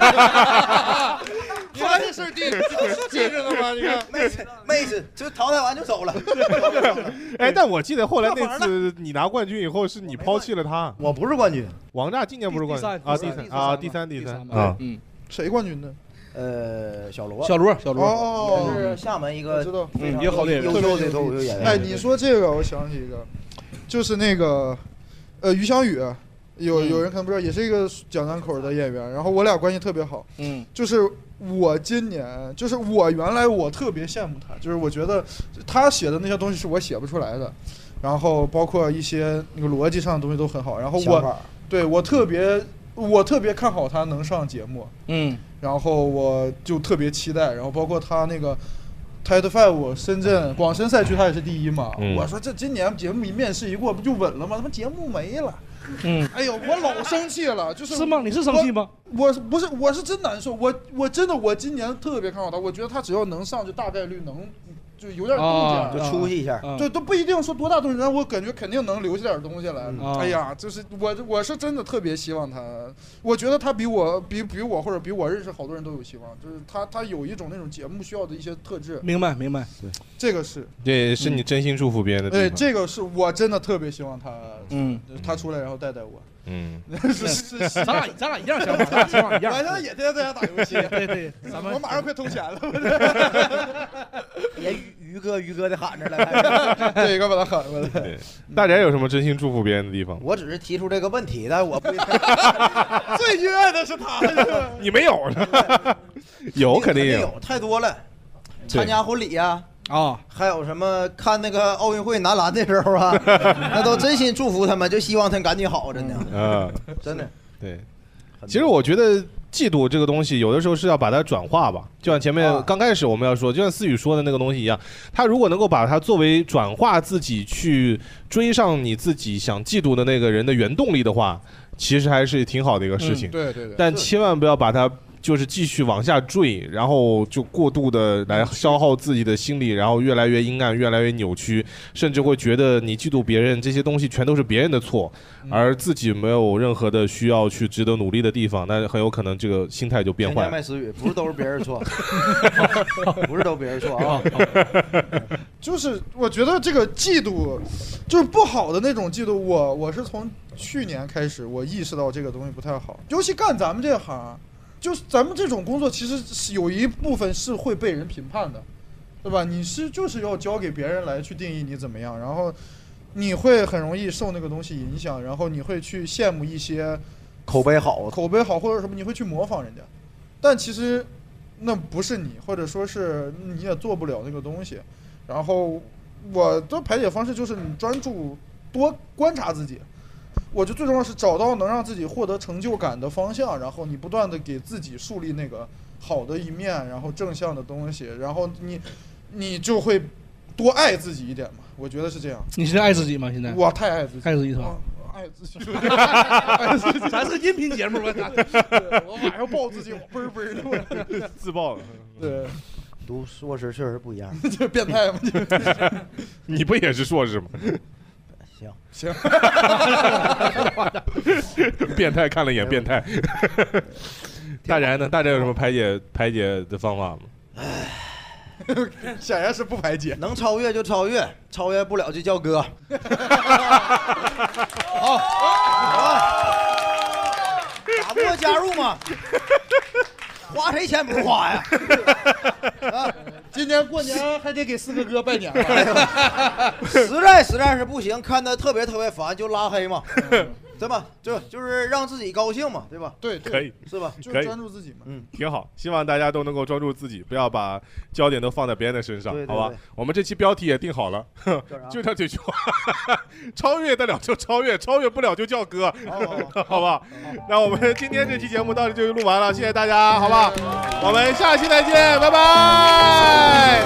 后来这事儿地记着呢吗？你看， 妹子妹子就淘汰完就走了。 哎，但我记得后来那次你拿冠军以后，是你抛弃了他。 我不是冠军， 王炸今年不是冠军啊，第三啊，第三第三啊，嗯， 谁冠军呢？ 呃，小罗， 小罗，小罗， 哦， 是厦门一个知道， 嗯，也好的， 优秀的脱口秀演员。 哎，你说这个，我想起一个，就是那个，呃，于翔宇，有有人可能不知道，也是一个讲单口的演员，然后我俩关系特别好， 嗯， 就是我今年，就是我原来我特别羡慕他，就是我觉得他写的那些东西是我写不出来的，然后包括一些那个逻辑上的东西都很好，然后我对我特别。我特别看好他能上节目， 嗯， 然后我就特别期待，然后包括他那个 Tide Five 深圳广深赛区他也是第一嘛， 嗯、 我说这今年节目一面试一过不就稳了吗？他妈节目没了， 嗯， 哎呦，我老生气了，就是是吗？你是生气吗？ 我, 我不是，我是真难受，我我真的我今年特别看好他，我觉得他只要能上，就大概率能。就有点动静、 啊，就出息一下， 对，都不一定说多大动静，但我感觉肯定能留下点东西来。 嗯、 哎呀，就是我，我是真的特别希望他，我觉得他比我，比比我或者比我认识好多人都有希望，就是他，他有一种那种节目需要的一些特质。 明白，明白， 对， 这个是， 这是你真心祝福别人的地方。 对，这个是我真的特别希望他， 嗯， 他出来然后带带我。 嗯， 是是是， 咱俩咱俩一样想法，咱俩想法一样。 我现在也天天在家打游戏， 对对，咱们我马上快偷钱了。 连于于哥于哥的喊着了， 这个把他喊过来。 对，大家有什么真心祝福别人的地方？ 我只是提出这个问题，但我不最虐的是他， 你没有？有肯定有，太多了。参加婚礼呀。 啊， 还有什么看那个奥运会男篮的时候啊，那都真心祝福他们，就希望他赶紧好，真的。 嗯， 真的。 对，其实我觉得嫉妒这个东西，有的时候是要把它转化吧。就像前面刚开始我们要说，就像思雨说的那个东西一样，他如果能够把它作为转化自己去追上你自己想嫉妒的那个人的原动力的话，其实还是挺好的一个事情。 嗯、对对对。 但千万不要把它。就是继续往下坠，然后就过度的来消耗自己的心理，然后越来越阴暗，越来越扭曲，甚至会觉得你嫉妒别人这些东西全都是别人的错，而自己没有任何的需要去值得努力的地方，那很有可能这个心态就变坏了。 卖思雨不是都是别人错，不是都别人错啊。 就是我觉得这个嫉妒，就是不好的那种嫉妒，我我是从去年开始我意识到这个东西不太好，尤其干咱们这行。就是咱们这种工作，其实有一部分是会被人评判的， 对吧？你是就是要交给别人来去定义你怎么样，然后你会很容易受那个东西影响，然后你会去羡慕一些口碑好、 口碑好或者什么，你会去模仿人家，但其实那不是你，或者说是你也做不了那个东西。然后我的排解方式就是你专注多观察自己，我觉得最重要是找到能让自己获得成就感的方向，然后你不断的给自己树立那个好的一面，然后正向的东西，然后你你就会多爱自己一点嘛，我觉得是这样。 你现在爱自己吗？现在我太爱自己， 爱自己是吧？ 爱自己， 爱自己，咱是音频节目吧？ 我晚上抱自己，我嘣嘣的自爆了。 对， 读硕士确实不一样， 这变态吗？ 你不也是硕士吗？ 行行， 变态看了一眼变态。大然呢？大然有什么排解排解的方法吗？ 显然是不排解， 能超越就超越，超越不了就叫哥。好，打不过加入吗？花谁钱不是花呀？ 啊，今年过年还得给四个哥拜年了。 实在实在是不行，看他特别特别烦就拉黑嘛。对吧？就就是让自己高兴嘛，对吧？ 对， 可以是吧？ 就是专注自己嘛。 嗯， 挺好。希望大家都能够专注自己，不要把焦点都放在别人的身上， 对对对好吧？我们这期标题也定好了，就叫这句话：超越得了就超越，超越不了就叫哥，好不好？那我们今天这期节目到这就录完了，谢谢大家，好不好？我们下期再见，拜拜。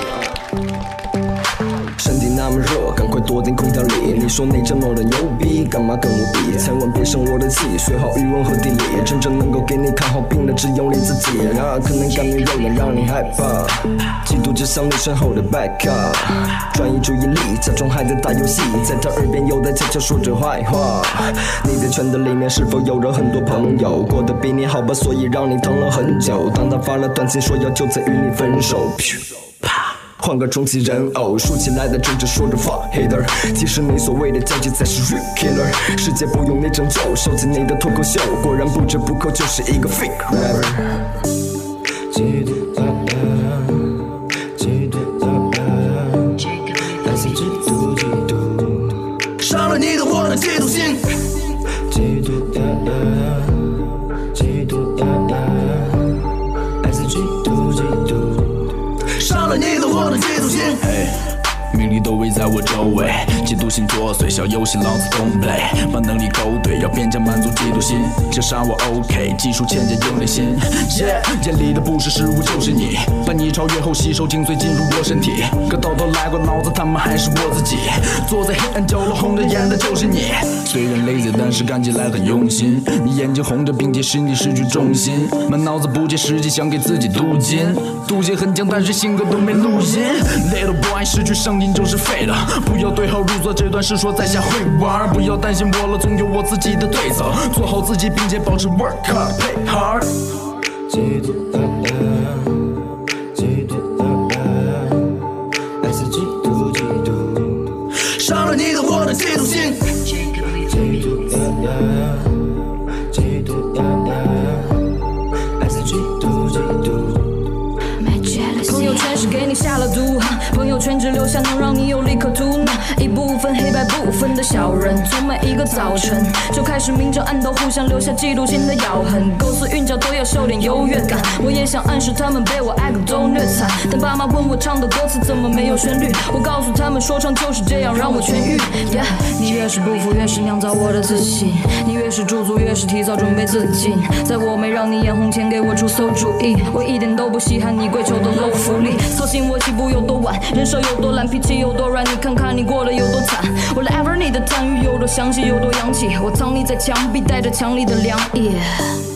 身体那么热，赶快躲进空调里。你说你这么的牛逼，干嘛跟我比？千万别生我的气，学好语文和地理。真正能够给你看好病的只有你自己。然而可能感觉有点让你害怕，嫉妒就像你身后的 backup， 转移注意力，假装还在打游戏，在他耳边又在悄悄说着坏话。你的圈子里面是否有着很多朋友，过得比你好吧，所以让你疼了很久。当他发了短信说要就此与你分手，啪。换个重启人偶，竖起来的正着说着 fuck hater， 其实你所谓的交际才是 real killer。世界不用你拯救，收起你的脱口秀，果然不折不扣就是一个 fake rapper。嫉妒啊啊，嫉妒啊啊，还是嫉妒嫉妒，伤了你的我的嫉妒心。嫉妒啊啊，嫉妒啊啊，还是嫉妒嫉妒。伤了你的我的嫉妒心，嘿，名利都围在我周围，嫉妒心作祟，小游戏老子don't play，把能力勾兑，要变价满足嫉妒心，想杀我 OK， 技术欠佳有内心， yeah， 眼里的不是事物就是你，把你超越后吸收精髓进入我身体，可到头来过老子他妈还是我自己，坐在黑暗角落红着眼的就是你，虽然 lazy 但是看起来很用心，你眼睛红着并且身体失去重心，满脑子不切实际想给自己镀金，毒性很强但是性格都没录音 ，little boy 失去上瘾就是废的，不要对号入座，这段是说在下会玩，不要担心我了，总有我自己的对策，做好自己并且保持 work hard play hard。嫉妒啊啊，嫉妒啊啊，还是嫉妒嫉妒，伤了你的我的嫉妒心。嫉妒啊啊，嫉妒啊啊，还是嫉妒嫉妒。朋友圈是给你下了毒，朋友圈只留下能让你有利可图。一部分黑白不分的小人，从每一个早晨就开始明着暗斗，互相留下嫉妒心的咬痕。构思韵脚都要秀点优越感，我也想暗示他们被我爱个都虐惨。但爸妈问我唱的歌词怎么没有旋律，我告诉他们说唱就是这样让我痊愈。Yeah， 你越是不服，越是酿造我的自信；你越是驻足，越是提早准备自尽。在我没让你眼红前，给我出馊主意，我一点都不稀罕你跪求的 low 福利。操心我起步有多晚，人设有多烂，脾气有多软，你看看你过得有多惨。Whatever 你的赞誉有多详细，有多洋气，我藏匿在墙壁，带着强力的凉意。